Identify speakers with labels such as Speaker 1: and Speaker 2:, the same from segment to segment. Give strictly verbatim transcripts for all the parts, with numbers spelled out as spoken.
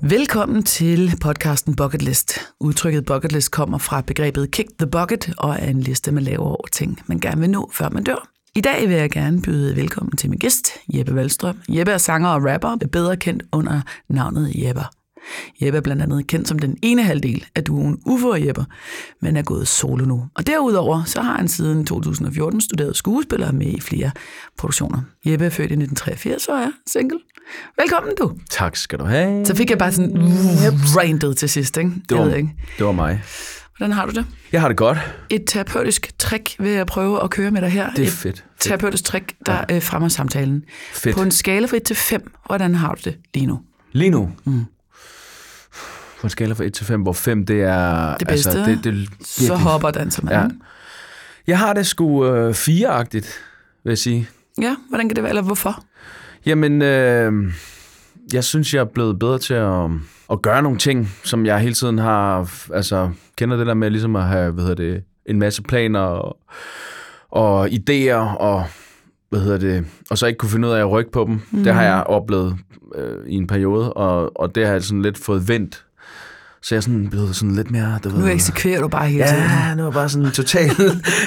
Speaker 1: Velkommen til podcasten Bucket List. Udtrykket bucket list kommer fra begrebet kick the bucket og er en liste med lavere over ting, man gerne vil nå, før man dør. I dag vil jeg gerne byde velkommen til min gæst, Jeppe Wallstrøm. Jeppe er sanger og rapper, bedre kendt under navnet Jepper. Jeppe er blandt andet kendt som den ene halvdel af duoen Uffe og Jepper, men er gået solo nu. Og derudover så har han siden to tusind og fjorten studeret skuespiller med i flere produktioner. Jeppe er født i nitten treogfirs og er single. Velkommen du.
Speaker 2: Tak skal du have.
Speaker 1: Så fik jeg bare sådan uh, rantet til sidst, ikke?
Speaker 2: Det var,
Speaker 1: jeg ved ikke.
Speaker 2: det var mig.
Speaker 1: Hvordan har du det?
Speaker 2: Jeg har det godt.
Speaker 1: Et terapeutisk trick vil jeg prøve at køre med dig her.
Speaker 2: Det er
Speaker 1: Et
Speaker 2: fedt.
Speaker 1: terapeutisk trick, der ja. fremmer samtalen.
Speaker 2: Fedt.
Speaker 1: På en skala fra et til fem, hvordan har du det lige nu?
Speaker 2: Lige nu?
Speaker 1: Mm.
Speaker 2: På en skala fra et til fem, hvor fem det er...
Speaker 1: Det bedste,
Speaker 2: altså, det, det,
Speaker 1: så hopper danser man.
Speaker 2: Ja. Jeg har det sgu øh, fire-agtigt, vil jeg sige.
Speaker 1: Ja, hvordan kan det være, eller hvorfor?
Speaker 2: Jamen, øh, jeg synes, jeg er blevet bedre til at, at gøre nogle ting, som jeg hele tiden har... Altså, kender det der med ligesom at have, hvad hedder det, en masse planer og, og idéer, og, hvad hedder det, og så ikke kunne finde ud af at rykke på dem. Mm. Det har jeg oplevet øh, i en periode, og, og det har jeg sådan lidt fået vendt. Så jeg er sådan blevet sådan lidt mere... Du
Speaker 1: nu
Speaker 2: ved,
Speaker 1: eksekverer du bare hele
Speaker 2: ja,
Speaker 1: tiden.
Speaker 2: Ja, nu er bare sådan totalt...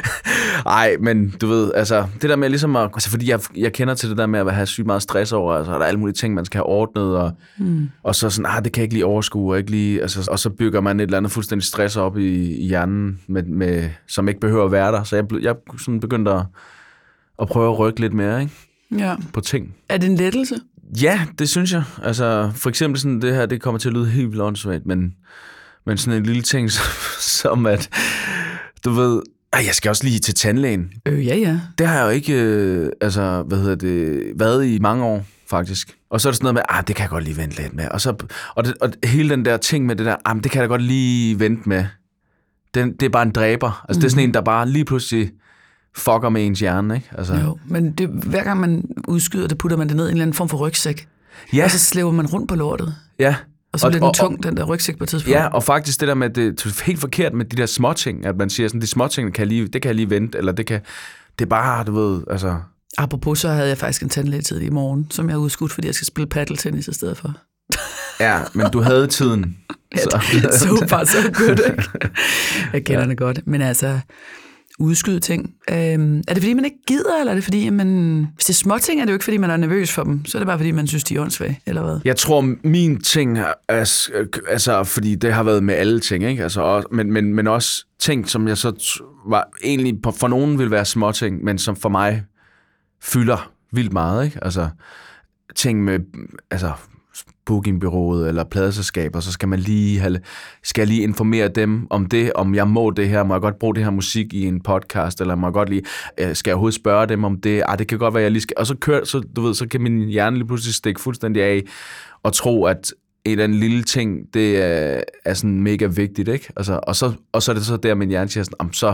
Speaker 2: Ej, men du ved, altså, det der med ligesom at... Altså, fordi jeg, jeg kender til det der med at have sygt meget stress over, altså, der er alle mulige ting, man skal have ordnet, og, mm. og så sådan, ah, det kan jeg ikke lige overskue, og, ikke lige, altså, og så bygger man et eller andet fuldstændig stress op i, i hjernen, med, med, som ikke behøver at være der. Så jeg, jeg sådan begyndte at, at prøve at rykke lidt mere, ikke?
Speaker 1: Ja.
Speaker 2: På ting.
Speaker 1: Er det en lettelse?
Speaker 2: Ja, det synes jeg. Altså, for eksempel sådan det her, det kommer til at lyde helt vildt åndssvagt, men, men sådan en lille ting, som, som at, du ved, ej, jeg skal også lige til tandlægen.
Speaker 1: Øh, ja, ja.
Speaker 2: Det har jeg jo ikke, øh, altså, hvad hedder det, været i mange år, faktisk. Og så er det sådan noget med, ah, det kan jeg godt lige vente lidt med. Og, så, og, det, og hele den der ting med det der, ah, det kan jeg da godt lige vente med. Den, det er bare en dræber. Altså, mm. det er sådan en, der bare lige pludselig fucker med ens hjerne, ikke? Altså.
Speaker 1: Jo, men det, hver gang man udskyder det, putter man det ned i en eller anden form for rygsæk.
Speaker 2: Ja.
Speaker 1: Og så slæver man rundt på lortet.
Speaker 2: Ja.
Speaker 1: Og så bliver den tung, den der rygsæk på et tidspunkt.
Speaker 2: Ja, og faktisk det der med, det er helt forkert med de der småting, at man siger sådan, de småting, kan lige, det kan jeg lige vente, eller det kan, det er bare, du ved, altså...
Speaker 1: Apropos, så havde jeg faktisk en tandlægetid i morgen, som jeg har udskudt, fordi jeg skal spille paddeltennis i stedet for.
Speaker 2: Ja, men du havde tiden.
Speaker 1: Ja, så far, så godt, ikke? Jeg kender ja. det godt, men altså... udskyde ting. Øhm, er det fordi, man ikke gider, eller er det fordi, man... Hvis det er små ting, er det jo ikke fordi, man er nervøs for dem. Så er det bare fordi, man synes, de er åndssvage, eller hvad?
Speaker 2: Jeg tror, min ting er... Altså, fordi det har været med alle ting, ikke? Altså, også, men, men, men også ting, som jeg så var... Egentlig for nogen vil være små ting, men som for mig fylder vildt meget, ikke? Altså, ting med... Altså, bookingbureauet eller pladeselskaber, så skal man lige have, skal jeg lige informere dem om det, om jeg må det her, må jeg godt bruge det her musik i en podcast, eller må jeg godt lige, skal jeg overhovedet spørge dem om det? Ah, det kan godt være, jeg lige skal, og så kører, så du ved, så kan min hjerne lige pludselig stikke fuldstændig af, og tro, at en eller anden lille ting, det er, er sådan mega vigtigt, ikke? Altså, og så, og så er det så der, min hjerne siger sådan, så,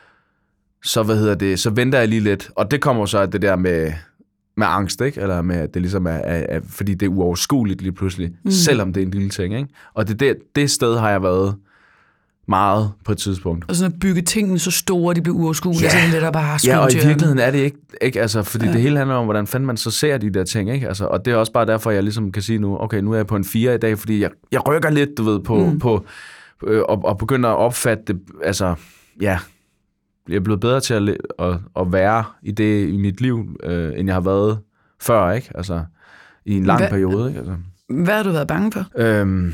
Speaker 2: så, hvad hedder det, så venter jeg lige lidt, og det kommer så af det der med, med angst, ikke? Eller med, at det ligesom er, er, er fordi det er uoverskueligt lige pludselig, mm. selvom det er en lille ting, ikke? Og det, det, det sted har jeg været meget på et tidspunkt.
Speaker 1: Og sådan at bygge tingene så store, de bliver uoverskuelige, ja. Så det der bare
Speaker 2: ja, og i virkeligheden er det ikke, ikke altså, fordi ja. det hele handler om, hvordan fanden man så ser de der ting, ikke? Altså, og det er også bare derfor, jeg ligesom kan sige nu, okay, nu er jeg på en fire i dag, fordi jeg, jeg rykker lidt, du ved, på, mm. på øh, og, og begynder at opfatte det, altså, ja, jeg er blevet bedre til at, at, at være i det i mit liv, øh, end jeg har været før, ikke? Altså, i en lang
Speaker 1: Hva,
Speaker 2: periode, ikke? Altså.
Speaker 1: Hvad har du været bange for?
Speaker 2: Øhm,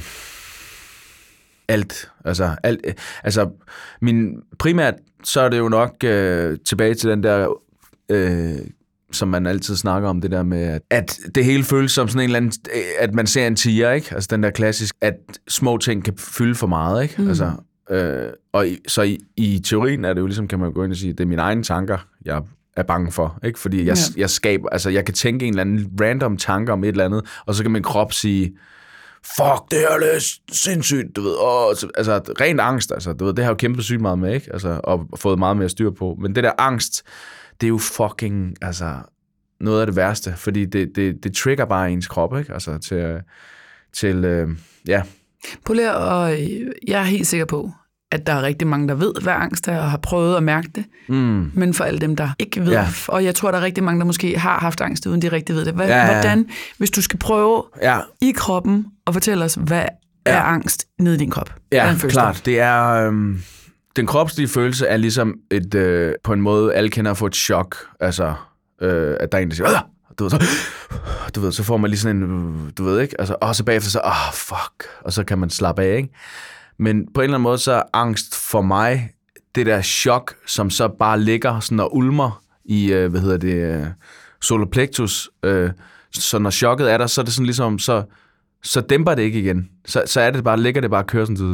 Speaker 2: alt. Altså, alt. Altså, min, primært, så er det jo nok øh, tilbage til den der, øh, som man altid snakker om, det der med, at, at det hele føles som sådan en eller anden, at man ser en tiger, ikke? Altså, den der klassisk, at små ting kan fylde for meget, ikke? Mm. Altså, Øh, og i, så i, i teorien er det jo ligesom, kan man gå ind og sige, det er mine egne tanker, jeg er bange for, ikke? Fordi jeg, ja. jeg skaber, altså jeg kan tænke en eller anden random tanke om et eller andet, og så kan min krop sige, fuck, det er lidt sindssygt, du ved, og, altså rent angst, altså, du ved, det har jeg jo kæmpet sygt meget med, ikke? Altså, og fået meget mere styr på, men det der angst, det er jo fucking, altså, noget af det værste, fordi det, det, det trigger bare ens krop, ikke? Altså, til, til øh, ja.
Speaker 1: Prøv lige, og jeg er helt sikker på, at der er rigtig mange, der ved, hvad angst er, og har prøvet at mærke det.
Speaker 2: Mm.
Speaker 1: Men for alle dem, der ikke ved, ja. Og jeg tror, der er rigtig mange, der måske har haft angst, uden de rigtig ved det. Hvad, ja, ja. Hvordan, hvis du skal prøve ja. i kroppen og fortælle os, hvad ja. er angst nede i din krop?
Speaker 2: Ja, klart. Det er... Øhm, den kropslige følelse er ligesom et... Øh, på en måde, alle kender at få et chok. Altså, øh, at der er en, der siger... Åh! Du ved, så, du ved, så får man lige sådan en... Du ved ikke? Altså, og så bagefter så... Åh, oh, fuck. Og så kan man slappe af, ikke? Men på en eller anden måde, så er angst for mig det der chok, som så bare ligger sådan og ulmer i, øh, hvad hedder det, øh, solar plexus. Øh, så når chokket er der, så er det sådan ligesom, så, så dæmper det ikke igen. Så, så er det bare, ligger det bare og kører sådan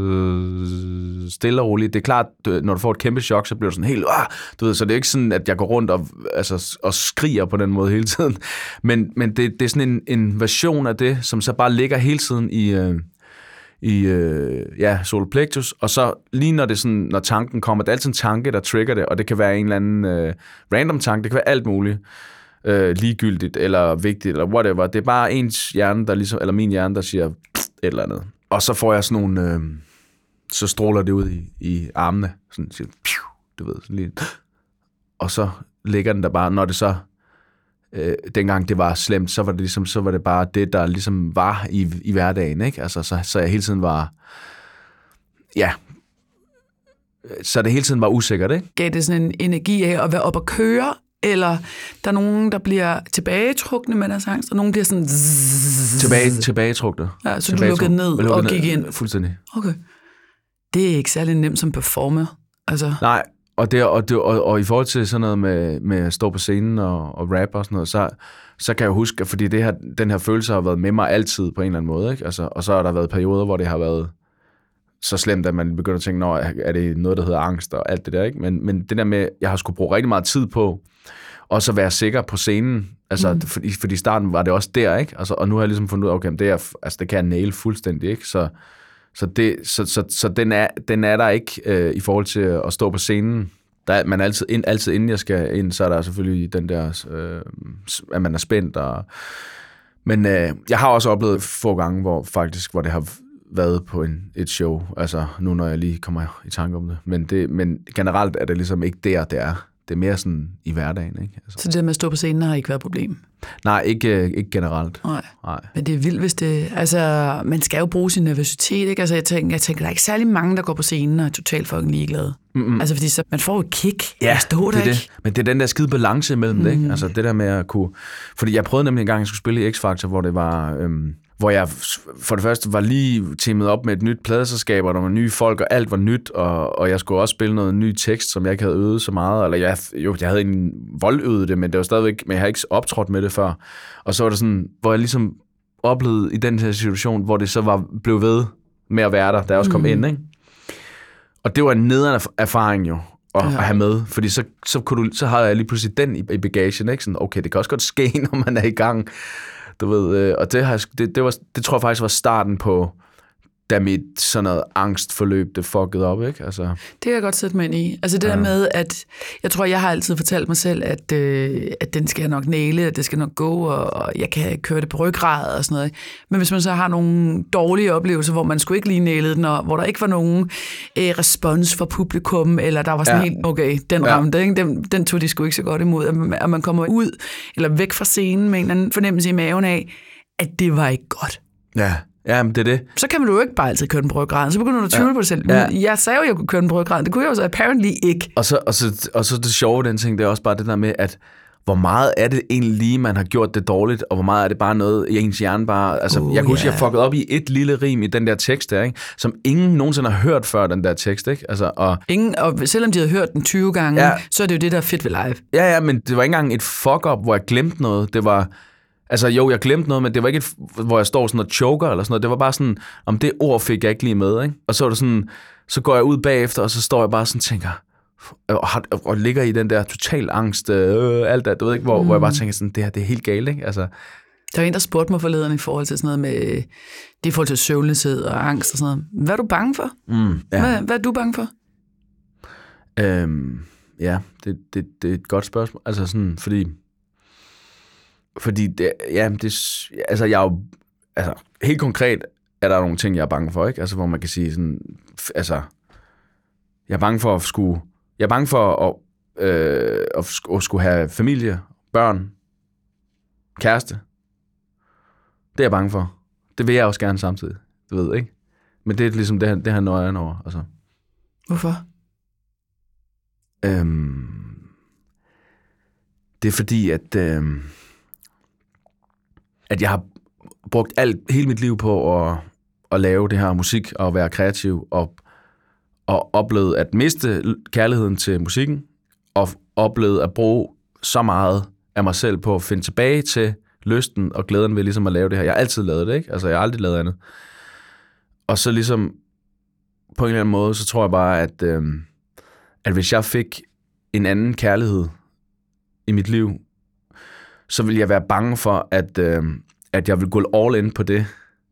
Speaker 2: øh, stille og roligt. Det er klart, når du får et kæmpe chok, så bliver du sådan helt, ah, du ved, så det er ikke sådan, at jeg går rundt og, altså, og skriger på den måde hele tiden. Men, men det, det er sådan en, en version af det, som så bare ligger hele tiden i... Øh, i øh, ja, solar plexus, og så lige når det sådan, når tanken kommer, det er altid en tanke, der trigger det, og det kan være en eller anden øh, random tanke, det kan være alt muligt, øh, ligegyldigt, eller vigtigt, eller whatever. Det er bare ens hjerne, der ligesom, eller min hjerne, der siger et eller andet. Og så får jeg sådan nogle, øh, så stråler det ud i, i armene, sådan siger, du ved, sådan lige, og så ligger den der bare, når det så Øh, dengang det var slemt, så var det ligesom, så var det bare det, der ligesom var i, i hverdagen, ikke? Altså, så, så jeg hele tiden var, ja, så det hele tiden var usikkert, ikke?
Speaker 1: Gav det sådan en energi af at være op og køre, eller der er nogen, der bliver tilbagetrukne med deres angst, og nogen bliver sådan...
Speaker 2: Tilbage, tilbagetrukne.
Speaker 1: Ja, så du lukkede ned lukkede og gik ind.
Speaker 2: Fuldstændig.
Speaker 1: Okay. Det er ikke særlig nemt som performer, altså...
Speaker 2: Nej. Og, det, og, det, og, og i forhold til sådan noget med, med at stå på scenen og, og rap og sådan noget, så, så kan jeg huske, fordi det her, den her følelse har været med mig altid på en eller anden måde, ikke? Altså, og så har der været perioder, hvor det har været så slemt, at man begynder at tænke, nå, er det noget, der hedder angst og alt det der, ikke? Men, men det der med, jeg har skulle bruge rigtig meget tid på, og så være sikker på scenen, altså, mm. fordi, fordi i starten var det også der, ikke? Altså, og nu har jeg ligesom fundet ud af, okay, det, er, altså, det kan jeg nail fuldstændig, ikke? Så Så, det, så, så, så den, er, den er der ikke øh, i forhold til at stå på scenen. Der er, man altid, ind, altid inden jeg skal ind, så er der selvfølgelig den der, øh, at man er spændt. Og, men øh, jeg har også oplevet få gange, hvor faktisk hvor det har været på en, et show. Altså nu, når jeg lige kommer i tanke om det. Men, det. men generelt er det ligesom ikke der, det er. Det er mere sådan i hverdagen, ikke? Altså.
Speaker 1: Så det med at stå på scenen har ikke været et problem?
Speaker 2: Nej, ikke, ikke generelt.
Speaker 1: Nej. Nej. Men det er vildt, hvis det... Altså, man skal jo bruge sin nervøsitet, ikke? Altså, jeg tænker, jeg tænker, der er ikke særlig mange, der går på scenen og er totalt fucking ligeglade. Mm-hmm. Altså, fordi så, man får et kick.
Speaker 2: Ja,
Speaker 1: at stå der,
Speaker 2: det er
Speaker 1: ikke?
Speaker 2: det. Men det er den der skide balance imellem mm-hmm. det, ikke? Altså, det der med at kunne... Fordi jeg prøvede nemlig en gang, at jeg skulle spille i X-Factor, hvor det var... Øhm, hvor jeg for det første var lige teamet op med et nyt pladeselskab, og der var nye folk, og alt var nyt, og, og jeg skulle også spille noget ny tekst, som jeg ikke havde øvet så meget, eller jeg, jo, jeg havde en voldøvet det, men det var stadigvæk, men jeg havde ikke optrådt med det før. Og så var det sådan, hvor jeg ligesom oplevede i den her situation, hvor det så var blev ved med at være der, da jeg også kom mm. ind, ikke? Og det var en nederen erfaring jo, at, ja. at have med, fordi så, så, kunne du, så har jeg lige pludselig den i, i bagagen, ikke? Sådan, okay, det kan også godt ske, når man er i gang. Du ved, øh, og det, har, det, det, var, det tror jeg faktisk var starten på, da mit sådan noget angstforløb, det fuckede op, ikke? Altså. Det
Speaker 1: kan jeg godt sætte mig ind i. Altså det ja. der med, at jeg tror, jeg har altid fortalt mig selv, at, øh, at den skal jeg nok næle, at det skal nok gå, og jeg kan køre det på ryggrad og sådan noget. Men hvis man så har nogle dårlige oplevelser, hvor man skulle ikke lige næle den, og hvor der ikke var nogen øh, respons fra publikum, eller der var sådan ja. helt, okay, den ja. ramte, ikke? Den, den tog de sgu ikke så godt imod, at man kommer ud, eller væk fra scenen med en eller anden fornemmelse i maven af, at det var ikke godt.
Speaker 2: Ja. Ja, men det er det.
Speaker 1: Så kan man jo ikke bare altid køre den på ryggraden. Så begynder du at tvivle ja. på dig selv. Ja. Jeg sagde jo, at jeg kunne køre den på ryggraden. Det kunne jeg jo så apparently ikke.
Speaker 2: Og så, og, så, og så det sjove den ting, det er også bare det der med, at hvor meget er det egentlig lige, man har gjort det dårligt, og hvor meget er det bare noget i ens hjerne bare... Altså, uh, jeg kunne huske, yeah. jeg fuckede op i et lille rim i den der tekst der, ikke? Som ingen nogensinde har hørt før, den der tekst, ikke? Altså, og...
Speaker 1: Ingen, og selvom de havde hørt den tyve gange, ja. så er det jo det, der er fedt ved live.
Speaker 2: Ja, ja, men det var ikke engang et fuck-up, hvor jeg glemte noget. Det var... Altså jo, jeg glemte noget, men det var ikke et, hvor jeg står sådan og choker eller sådan noget. Det var bare sådan, om det ord fik jeg ikke lige med, ikke? Og så var det sådan, så går jeg ud bagefter, og så står jeg bare sådan og tænker, og, og, og ligger i den der total angst, øh, alt det, du ved ikke, hvor, mm. hvor jeg bare tænker sådan, det her, det er helt galt, ikke? Altså.
Speaker 1: Der var en, der spurgte mig forleden i forhold til sådan noget med, det i forhold til søvnløshed og angst og sådan noget. Hvad er du bange for? Mm, ja. hvad, hvad er du bange for?
Speaker 2: Øhm, ja, det, det, det er et godt spørgsmål. Altså sådan, fordi... Fordi, det, ja, det, altså, jeg er jo, altså, helt konkret er der nogle ting, jeg er bange for, ikke? Altså, hvor man kan sige sådan, altså, Jeg er bange for at skulle, jeg er bange for at, øh, at, at skulle have familie, børn, kæreste. Det er jeg bange for. Det vil jeg også gerne samtidig, du ved, ikke? Men det er ligesom det, det her nøjeren over. Altså.
Speaker 1: Hvorfor?
Speaker 2: Øhm, det er fordi, at, øhm, at jeg har brugt alt, hele mit liv på at, at lave det her musik og være kreativ og, og oplevet at miste kærligheden til musikken og oplevet at bruge så meget af mig selv på at finde tilbage til lysten og glæden ved ligesom at lave det her. Jeg har altid lavet det, ikke? Altså, jeg har aldrig lavet andet. Og så ligesom på en eller anden måde, så tror jeg bare, at, øhm, at hvis jeg fik en anden kærlighed i mit liv, så ville jeg være bange for, at, øhm, at jeg ville gå all in på det.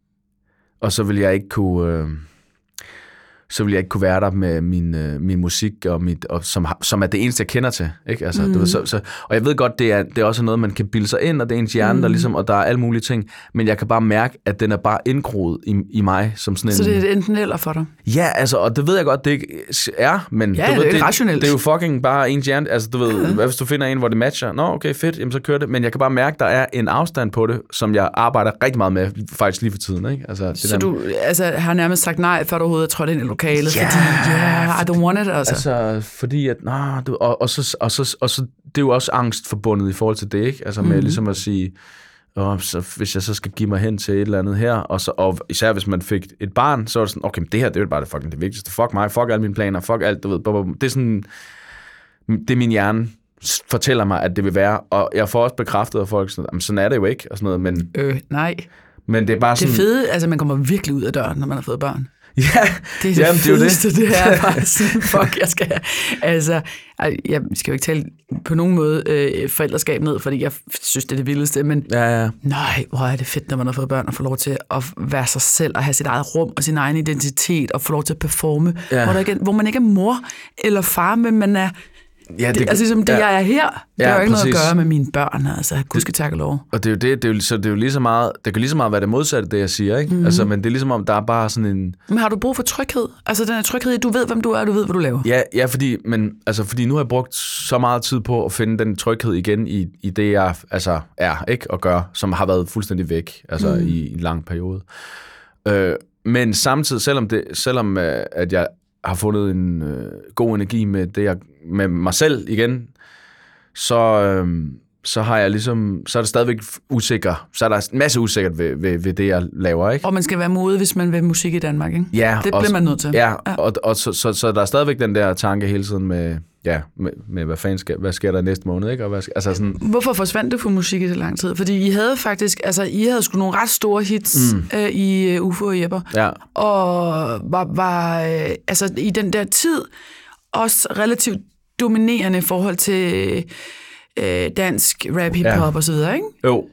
Speaker 2: Og så ville jeg ikke kunne... Øhm, så ville jeg ikke kunne være der med min, øh, min musik, og mit, og som, som er det eneste, jeg kender til. Ikke? Altså, mm. du ved, så, så, og jeg ved godt, det er, det er også noget, man kan bilde sig ind, og det er ens hjerne, mm. der ligesom, og der er alle mulige ting, men jeg kan bare mærke, at den er bare indgroet i, i mig. Som sådan en,
Speaker 1: så det er et enten eller for dig?
Speaker 2: Ja, altså, og det ved jeg godt, det ikke er, men
Speaker 1: ja,
Speaker 2: du
Speaker 1: det,
Speaker 2: ved,
Speaker 1: er
Speaker 2: det,
Speaker 1: rationelt.
Speaker 2: det er jo fucking bare ens hjerne. Altså, du ved, hvad hvis du finder en, hvor det matcher? Nå, okay, fedt, jamen så kører det. Men jeg kan bare mærke, der er en afstand på det, som jeg arbejder rigtig meget med, faktisk lige for tiden. Ikke? Altså, det
Speaker 1: så
Speaker 2: der,
Speaker 1: du altså, har nærmest sagt nej, før du overhovedet er trådt ind i lokalet?
Speaker 2: Ja,
Speaker 1: fordi yeah, I don't want it, altså.
Speaker 2: Altså, fordi at, nah, du, og, og, så, og, så, og så, det er jo også angst forbundet i forhold til det, ikke? Altså med mm-hmm. ligesom at sige, åh, så, hvis jeg så skal give mig hen til et eller andet her, og, så, og især hvis man fik et barn, så er det sådan, okay, det her, det er jo bare det fucking det vigtigste. Fuck mig, fuck alle mine planer, fuck alt, du ved. Det er sådan, det er min hjerne fortæller mig, at det vil være, og jeg får også bekræftet af folk, sådan, sådan er det jo ikke, og sådan noget, men...
Speaker 1: Øh, nej.
Speaker 2: Men det er bare sådan...
Speaker 1: Det fede, altså man kommer virkelig ud af døren, når man har fået børn.
Speaker 2: Ja,
Speaker 1: det er det
Speaker 2: jamen,
Speaker 1: fedeste, det,
Speaker 2: det.
Speaker 1: det er bare sådan, fuck, jeg skal altså, jeg skal jo ikke tale på nogen måde øh, forældreskab ned, fordi jeg synes, det er det vildeste, men
Speaker 2: ja, ja.
Speaker 1: nej, hvor er det fedt, når man har fået børn, og få lov til at være sig selv, og have sit eget rum, og sin egen identitet, og få lov til at performe, ja. hvor, der ikke er, hvor man ikke er mor eller far, men man er Ja, det, det, altså ligesom det, ja. jeg er her, det ja, har jo ikke præcis. noget at gøre med mine børn, altså gudske tak og lov.
Speaker 2: Og det er jo det, det er jo, så det er jo lige så meget, det kan lige så meget være det modsatte, det jeg siger, ikke? Mm-hmm. Altså, men det er ligesom om, der er bare sådan en...
Speaker 1: Men har du brug for tryghed? Altså den er tryghed i, du ved, hvem du er, og du ved, hvad du laver.
Speaker 2: Ja, ja fordi, men, altså, fordi nu har jeg brugt så meget tid på at finde den tryghed igen i, i det, jeg altså, er, ikke? Og gør, som har været fuldstændig væk, altså mm. i, i en lang periode. Øh, men samtidig, selvom, det, selvom øh, at jeg har fundet en øh, god energi med det, jeg, med mig selv igen, så, øh, så har jeg ligesom, så er det stadigvæk usikker. Så er der en masse usikkert ved, ved, ved det, jeg laver, ikke?
Speaker 1: Og man skal være modig, hvis man vil musik i Danmark, ikke?
Speaker 2: Ja.
Speaker 1: Det bliver man nødt til.
Speaker 2: Ja, ja. og, og så, så, så der er stadigvæk den der tanke hele tiden med, ja, med, med hvad fanden skal, hvad sker der næste måned, ikke? Og hvad, altså sådan...
Speaker 1: Hvorfor forsvandt du fra musik i så lang tid? Fordi I havde faktisk, altså I havde sgu nogle ret store hits mm. øh, i uh, Ufo og Jepper.
Speaker 2: Ja.
Speaker 1: Og var, var øh, altså i den der tid også relativt dominerende i forhold til øh, dansk rap, hip-hop ja. og så videre, ikke?
Speaker 2: Jo.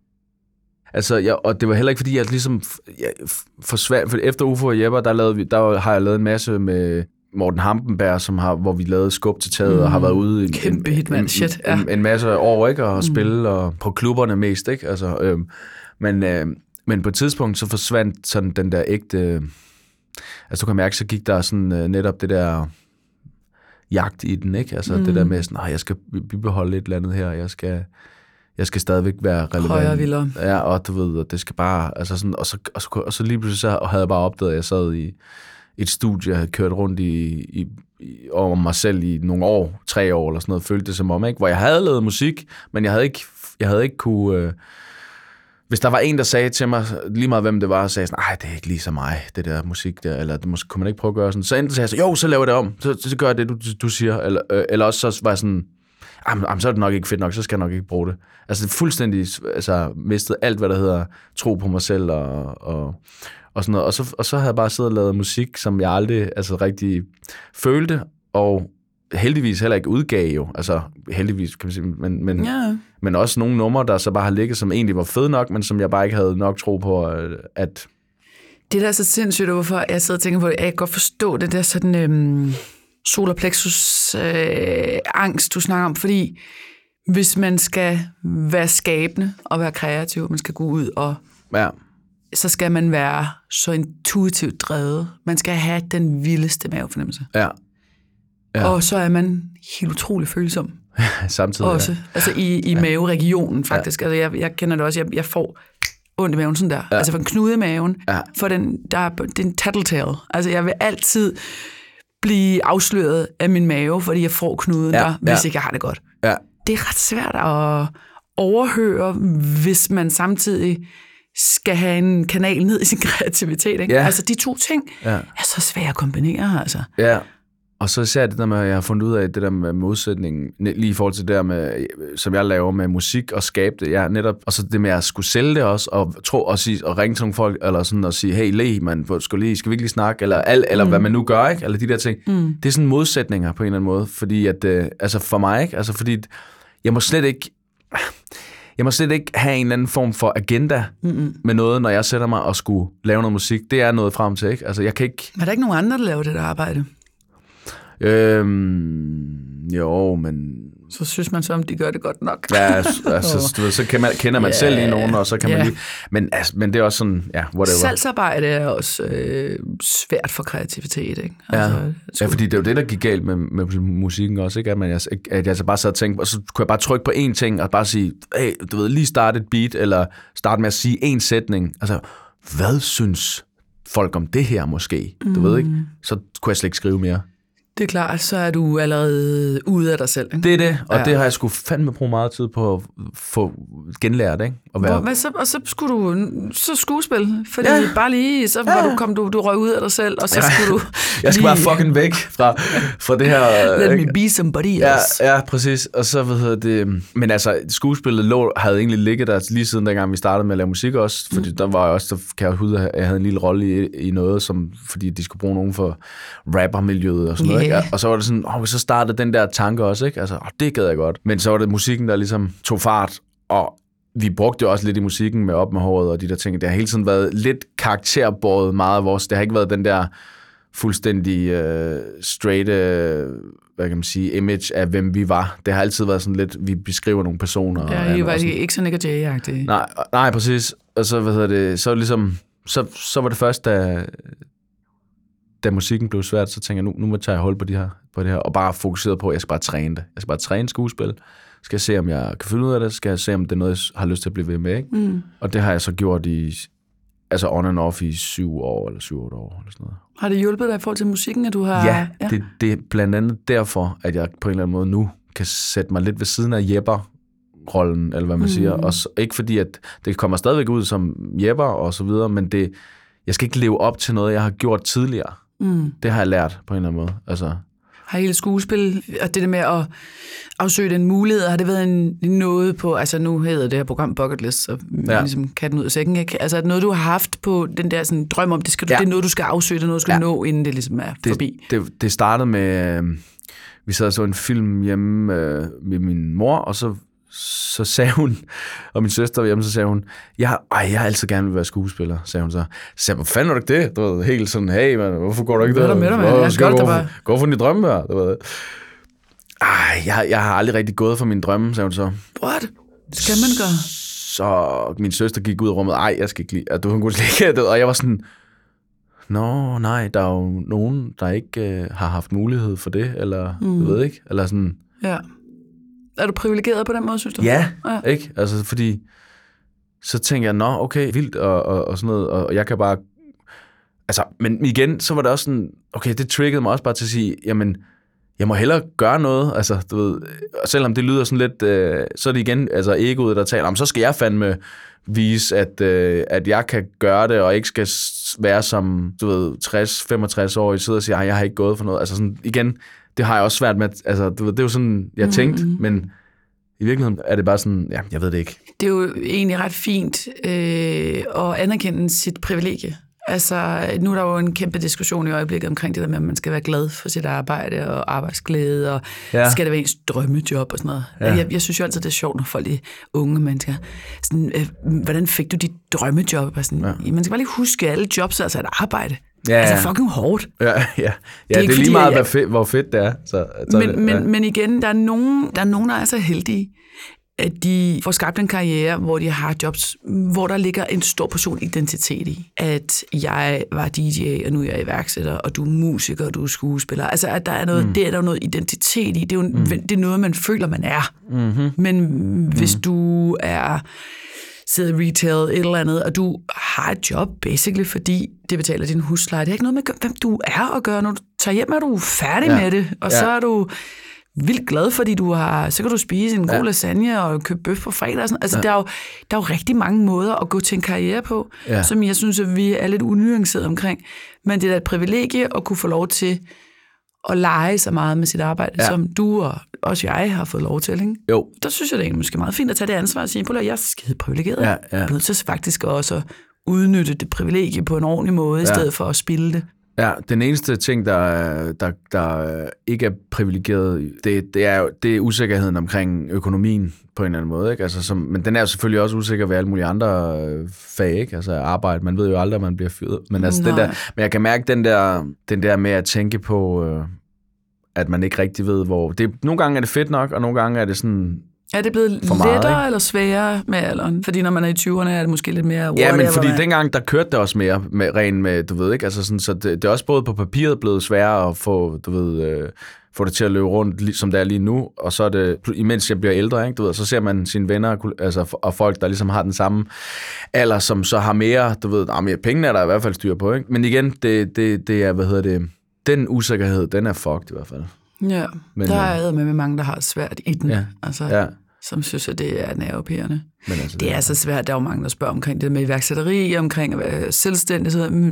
Speaker 2: Altså, jeg, og det var heller ikke, fordi jeg ligesom jeg forsvandt, for efter Ufo og Jepper, der, lavede vi, der har jeg lavet en masse med Morten Hampenberg, som har, hvor vi lavede Skub til taget, mm. og har været ude en,
Speaker 1: Kæmpe hit, man. Shit, ja.
Speaker 2: en, en masse år, ikke? Og mm. spille og på klubberne mest, ikke? Altså, øhm, men, øh, men på et tidspunkt, så forsvandt sådan den der ægte... Øh, altså, du kan mærke, så gik der sådan øh, netop det der jagt i den, ikke? Altså, mm. det der med sådan, jeg skal bibeholde et eller andet her, jeg skal... Jeg skal stadigvæk være relevant.
Speaker 1: Højere vildere.
Speaker 2: Ja, og du ved, det skal bare... Altså sådan, og, så, og, så, og så lige pludselig så havde jeg bare opdaget, at jeg sad i et studie, jeg havde kørt rundt i, i, i, over mig selv i nogle år, tre år eller sådan noget, følte det som om, ikke? Hvor jeg havde lavet musik, men jeg havde ikke, jeg havde ikke kunne... Øh, hvis der var en, der sagde til mig, lige meget hvem det var, og sagde sådan, nej, det er ikke lige så mig, det der musik der, eller det måske, kunne man ikke prøve at gøre sådan. Så enten sagde jeg så, jo, så laver jeg det om, så, så gør jeg det, du, du siger. Eller, øh, eller også så var jeg sådan, jamen, så er det nok ikke fedt nok, så skal jeg nok ikke bruge det. Altså, det er fuldstændig altså, mistet alt, hvad der hedder tro på mig selv og, og, og sådan noget. Og så, og så havde jeg bare siddet og lavet musik, som jeg aldrig altså, rigtig følte, og heldigvis heller ikke udgav jo. Altså, heldigvis, kan man sige, men, men,
Speaker 1: ja.
Speaker 2: men også nogle numre, der så bare har ligget, som egentlig var fede nok, men som jeg bare ikke havde nok tro på, at...
Speaker 1: Det der er så sindssygt, hvorfor jeg sidder og tænker på det, jeg kan godt forstå det der sådan... Øhm solar plexus øh, angst, du snakker om, fordi hvis man skal være skabende og være kreativ, man skal gå ud og
Speaker 2: ja.
Speaker 1: så skal man være så intuitivt drevet. Man skal have den vildeste mavefornemmelse.
Speaker 2: Ja.
Speaker 1: ja. Og så er man helt utrolig følsom.
Speaker 2: Samtidig,
Speaker 1: også. Ja. Altså i, i ja. maveregionen, faktisk. Ja. Altså, jeg, jeg kender det også. Jeg, jeg får ondt i maven sådan der. Ja. Altså for en knude i maven. Ja. For den, der er, det er en tattletale. Altså jeg vil altid blive afsløret af min mave, fordi jeg får knuden ja. der, hvis ja. ikke jeg har det godt. Ja. Det er ret svært at overhøre, hvis man samtidig skal have en kanal ned i sin kreativitet. Ikke? Ja. Altså de to ting ja. er så svære at kombinere. Altså.
Speaker 2: Ja. Og så især det der med, at jeg har fundet ud af, det der med modsætningen, lige i forhold til det der med, som jeg laver med musik og skabe det, ja, netop, og så det med at skulle sælge det også, og tro og, sige, og ringe til nogle folk, eller sådan, og sige, hey, le, man, skal, lige, skal vi ikke lige snakke, eller, al, eller mm. hvad man nu gør, ikke? Eller de der ting. Mm. Det er sådan modsætninger på en eller anden måde, fordi at, øh, altså for mig, ikke? Altså fordi, jeg må slet ikke, jeg må slet ikke have en eller anden form for agenda Mm-mm. med noget, når jeg sætter mig og skulle lave noget musik. Det er noget frem til, ikke? Altså jeg kan ikke...
Speaker 1: Er der ikke nogen andre, der laver det der arbejde?
Speaker 2: Øhm, jo, men...
Speaker 1: Så synes man så, om de gør det godt nok.
Speaker 2: Ja, altså, du ved, så kender man, kender man yeah. selv lige nogen, og så kan yeah. man lige... Men, altså, men det er også sådan, ja, whatever.
Speaker 1: Salgsarbejde er også øh, svært for kreativitet, ikke?
Speaker 2: Altså, ja. ja, fordi det er jo det, der gik galt med, med musikken også, ikke? At, man, at jeg altså bare sad og tænkte, og så kunne jeg bare trykke på én ting, og bare sige, hey, du ved, lige starte et beat, eller starte med at sige én sætning. Altså, hvad synes folk om det her måske? Du mm. ved ikke? Så kunne jeg slet ikke skrive mere.
Speaker 1: Det er klart, så er du allerede ude af dig selv. Ikke?
Speaker 2: Det er det, og ja. det har jeg sgu fandme brugt meget tid på at få genlært, ikke? At være...
Speaker 1: Hvor, så, og så skulle du så skuespil, fordi ja. bare lige, så var ja. du, kom du, du røg ud af dig selv, og så ja. skulle du...
Speaker 2: Jeg skulle lige... bare fucking væk fra, fra det her...
Speaker 1: Let me be somebody else.
Speaker 2: Ja, ja, præcis. Og så, hvad hedder det... Men altså, skuespillet lå, havde egentlig ligget der lige siden dengang, vi startede med at lave musik også, fordi mm. der var jeg også, der kan jeg huske, at jeg havde en lille rolle i, i noget, som, fordi de skulle bruge nogen for rappermiljøet og sådan yeah. noget, ikke? Og så var det sådan, åh, så startede den der tanke også, ikke? Altså, åh, det gad jeg godt. Men så var det musikken, der ligesom tog fart, og vi brugte jo også lidt i musikken med op med håret og de der ting. Det har hele tiden været lidt karakterbåret meget af vores. Det har ikke været den der fuldstændig uh, straight, uh, hvad kan man sige, image af, hvem vi var. Det har altid været sådan lidt, vi beskriver nogle personer.
Speaker 1: Ja, I var ikke så Nick og Jay-agtige.
Speaker 2: Nej, nej, præcis. Og så, hvad hedder det, så ligesom, så, så var det først, da... da musikken blev svært, så tænker jeg, nu, nu må jeg tage hold på, de her, på det her, og bare fokusere på, at jeg skal bare træne det. Jeg skal bare træne skuespil. Skal jeg se, om jeg kan finde ud af det. Skal jeg se, om det er noget, jeg har lyst til at blive ved med. Ikke? Mm. Og det har jeg så gjort i, altså on and off i syv år, eller syv, otte år, eller sådan noget.
Speaker 1: Har det hjulpet dig i forhold til musikken, at du har...
Speaker 2: Ja, ja. Det, det er blandt andet derfor, at jeg på en eller anden måde nu kan sætte mig lidt ved siden af Jepper-rollen, eller hvad man mm. siger. Og så, ikke fordi, at det kommer stadigvæk ud som Jepper og så videre, men det, jeg skal ikke leve op til noget, jeg har gjort tidligere. Mm. Det har jeg lært på en eller anden måde. Altså.
Speaker 1: Har hele skuespil, og det der med at afsøge den mulighed, har det været en, noget på, altså nu hedder det her program Bucket List, så ja. ligesom katten ud af sækken, ikke? Altså er det noget, du har haft på den der sådan, drøm om, det, skal du, ja. det er noget, du skal afsøge, det er noget, du skal ja. nå, inden det ligesom er
Speaker 2: det,
Speaker 1: forbi?
Speaker 2: Det, det startede med, øh, vi sad og så en film hjemme øh, med min mor, og så så sagde hun, og min søster var hjemme, så sagde hun, jeg, ej, jeg har altid gerne vil være skuespiller, sagde hun så. Så sagde jeg, hvor fanden var det ikke det? Du ved, helt sådan, hey, man, hvorfor går du ikke der?
Speaker 1: Hvad er der med dig, man? Jeg skal gå, for,
Speaker 2: gå for dine drømme her. Du ved. Ej, jeg, jeg har aldrig rigtig gået for mine drømme, sagde hun så.
Speaker 1: What? Det skal man gøre.
Speaker 2: Så min søster gik ud af rummet, ej, jeg skal ikke lide, du, hun kunne slet ikke, og jeg var sådan, nå, nej, der er jo nogen, der ikke øh, har haft mulighed for det, eller, mm. du ved ikke, eller sådan.
Speaker 1: Ja. Er du privilegeret på den måde, synes du?
Speaker 2: Ja, ja. Ikke? Altså, fordi så tænker jeg, nå, okay, vildt og, og, og sådan noget, og jeg kan bare... Altså, men igen, så var det også sådan, okay, det triggede mig også bare til at sige, jamen, jeg må hellere gøre noget, altså, du ved, og selvom det lyder sådan lidt, øh, så er det igen, altså, egoet, der taler om, så skal jeg fandme vise, at, øh, at jeg kan gøre det, og ikke skal være som, du ved, tres femogtres år, og sidder og siger, jeg har ikke gået for noget, altså sådan, igen... Det har jeg også svært med, altså, du ved, det er jo sådan, jeg tænkte, mm-hmm. men i virkeligheden er det bare sådan, ja, jeg ved det ikke.
Speaker 1: Det er jo egentlig ret fint øh, at anerkende sit privilegie. Altså, nu er der jo en kæmpe diskussion i øjeblikket omkring det der med, at man skal være glad for sit arbejde og arbejdsglæde, og ja. skal det være ens drømmejob og sådan noget. Ja. Jeg, jeg synes jo altid, det er sjovt, når folk er unge mennesker. Sådan, øh, hvordan fik du dit drømmejob? Og sådan, ja. Man skal bare lige huske, at alle jobs er altså et arbejde. Ja, altså fucking hårdt.
Speaker 2: Ja, ja. ja det er, det er lige meget, jeg... hvor fedt det er. Så, så
Speaker 1: men,
Speaker 2: det,
Speaker 1: men,
Speaker 2: ja.
Speaker 1: men igen, der er, nogen, der er nogen, der er så heldige, at de får skabt en karriere, hvor de har jobs, hvor der ligger en stor portion identitet i. At jeg var D J, og nu er jeg iværksætter, og du er musiker, og du er skuespiller. Altså, at der er noget, mm. det er der noget identitet i. Det er, jo, mm. det er noget, man føler, man er. Mm-hmm. Men hvis mm. du er sidder i retail, et eller andet, og du har et job, basically, fordi det betaler din husleje. Det er ikke noget med, hvem du er at gøre. Når du tager hjem, er du færdig ja. med det, og ja. så er du vildt glad, fordi du har, så kan du spise en god ja. lasagne og købe bøf på fredag. Og sådan. Altså, ja. der, er jo, der er jo rigtig mange måder at gå til en karriere på, ja. som jeg synes, at vi er lidt unuanceret omkring. Men det er da et privilegie at kunne få lov til at lege så meget med sit arbejde, ja. som du og også jeg har fået lov til. Ikke?
Speaker 2: Jo.
Speaker 1: Der synes jeg, det er måske meget fint at tage det ansvar og sige, at jeg er skide privilegeret. Ja, ja. Jeg er nødt til faktisk også at udnytte det privilegie på en ordentlig måde, ja. i stedet for at spilde det.
Speaker 2: Ja, den eneste ting, der, der, der ikke er privilegeret, det, det er jo det er usikkerheden omkring økonomien på en eller anden måde. Ikke? Altså, som, men den er jo selvfølgelig også usikker ved alle mulige andre fag, ikke? Altså arbejde. Man ved jo aldrig, at man bliver fyret. Men, altså, den der, men jeg kan mærke den der, den der med at tænke på, øh, at man ikke rigtig ved, hvor... Det, nogle gange er det fedt nok, og nogle gange er det sådan...
Speaker 1: Er det blevet lettere meget, eller sværere med alderen? Fordi når man er i tyverne, er det måske lidt mere...
Speaker 2: Ja, men fordi man... dengang, der kørte det også mere med ren med, du ved ikke, altså sådan, så det, det er også både på papiret blevet sværere at få, du ved, øh, få det til at løbe rundt, som det er lige nu, og så er det, imens jeg bliver ældre, ikke, du ved, så ser man sine venner, altså, og folk, der ligesom har den samme alder, som så har mere, du ved, ah, mere penge er der i hvert fald styr på, ikke? Men igen, det, det, det er, hvad hedder det, den usikkerhed, den er fucked i hvert fald.
Speaker 1: Ja, men, der er med med mange, der har svært i den,
Speaker 2: ja,
Speaker 1: altså,
Speaker 2: ja.
Speaker 1: som synes, at det er nervepirrende.
Speaker 2: Men altså, det,
Speaker 1: det er så svært, der er jo mange, der spørger omkring det med iværksætteri, omkring at være selvstændig. Så,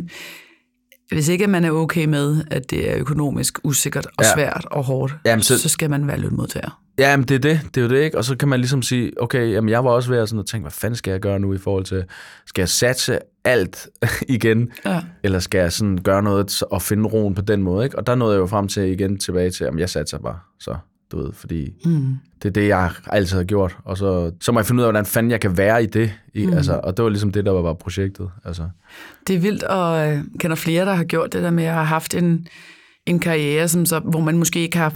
Speaker 1: hvis ikke man er okay med, at det er økonomisk usikkert og ja. svært og hårdt, jamen, så, så skal man være lønmodtager.
Speaker 2: Ja, men det er det. Det er jo det, ikke? Og så kan man ligesom sige, okay, jamen jeg var også ved at sådan at tænke, hvad fanden skal jeg gøre nu i forhold til, skal jeg satse alt igen, ja. eller skal jeg sådan gøre noget og finde roen på den måde, ikke? Og der nåede jeg jo frem til igen tilbage til, jamen jeg satser bare, så du ved, fordi mm. det er det, jeg altid har gjort, og så, så må jeg finde ud af, hvordan fanden jeg kan være i det, i, mm. altså, og det var ligesom det, der var bare projektet. Altså.
Speaker 1: Det er vildt, og jeg kender flere, der har gjort det der med at have haft en, en karriere, som så, hvor man måske ikke har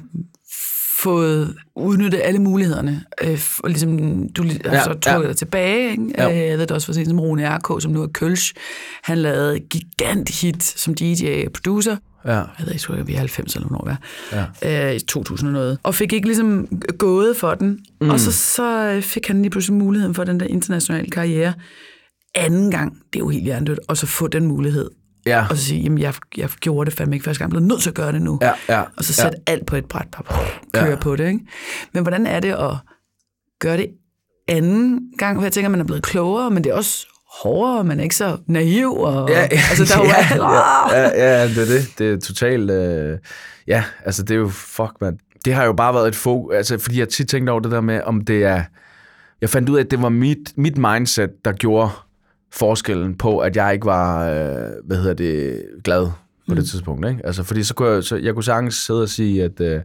Speaker 1: fået udnyttet alle mulighederne, øh, og ligesom du har ja, så trukket ja. dig tilbage, ikke? Ja. Jeg ved det også for sent som Rune R K, som nu er Kølsch. Han lavede gigant hit som D J og producer. Ja. Jeg ved ikke, tror, vi er halvfems eller hvornår ja. øh, i to tusind og noget. Og fik ikke ligesom gået for den. Mm. Og så, så fik han lige pludselig muligheden for den der internationale karriere. Anden gang, det er jo helt hjernedødt, og så få den mulighed. Ja. Og så sige, jamen jeg, jeg gjorde det fandme ikke første gang, jeg blev nødt til at gøre det nu. Ja, ja, og så sætte ja. alt på et bræt, køre ja. på det. Ikke? Men hvordan er det at gøre det anden gang? For jeg tænker, man er blevet klogere, men det er også hårdere, man er ikke så naiv. Og,
Speaker 2: ja, ja,
Speaker 1: altså, der
Speaker 2: ja,
Speaker 1: er
Speaker 2: ja, ja, ja, det er det. Det er totalt... Øh, ja, altså det er jo... Fuck, man. Det har jo bare været et fokus... Altså, fordi jeg tit tænkte over det der med, om det er... Jeg fandt ud af, at det var mit, mit mindset, der gjorde forskellen på, at jeg ikke var, øh, hvad hedder det, glad på mm. det tidspunkt, ikke? Altså, fordi så kunne jeg, så jeg kunne sagtens sidde og sige, at, øh,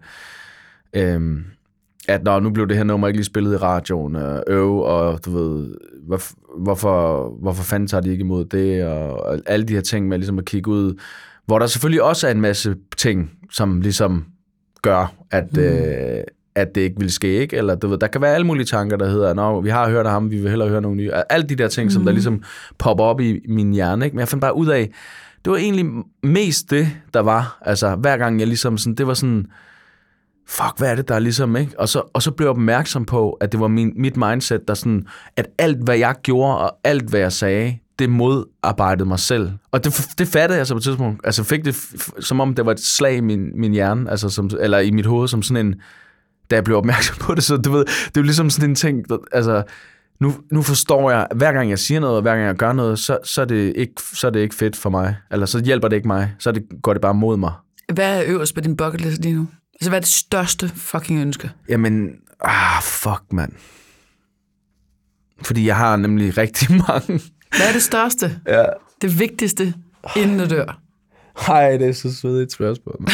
Speaker 2: øh, at når nu blev det her nummer ikke lige spillet i radioen, og øv, og du ved, hvor, hvorfor, hvorfor fanden tager de ikke imod det, og, og alle de her ting med ligesom at kigge ud, hvor der selvfølgelig også er en masse ting, som ligesom gør, at, mm. øh, at det ikke vil ske, ikke? Eller du ved, der kan være alle mulige tanker, der hedder, nå, vi har hørt af ham, vi vil hellere høre nogle nye. Alle de der ting, mm. som der ligesom popper op i min hjerne, ikke? Men jeg fandt bare ud af, det var egentlig mest det, der var. Altså, hver gang jeg ligesom sådan, det var sådan, fuck, hvad er det, der er ligesom, ikke? Og så, og så blev jeg opmærksom på, at det var min, mit mindset, der sådan, at alt, hvad jeg gjorde, og alt, hvad jeg sagde, det modarbejdede mig selv. Og det, det fattede jeg så på et tidspunkt. Altså, fik det, som om det var et slag i min, min hjerne, altså, som, eller i mit hoved, som sådan en, da jeg blev opmærksom på det, så du ved, det er jo ligesom sådan en ting, der, altså, nu, nu forstår jeg, hver gang jeg siger noget, og hver gang jeg gør noget, så, så, er det ikke, så er det ikke fedt for mig, eller så hjælper det ikke mig, så det, går det bare mod mig. Hvad er øverst på din bucket list lige nu? Altså, hvad er det største fucking ønske? Jamen, ah, fuck, mand. Fordi jeg har nemlig rigtig mange. Hvad er det største? Ja. Det vigtigste, inden du dør? Ej, det er så svedigt et spørgsmål.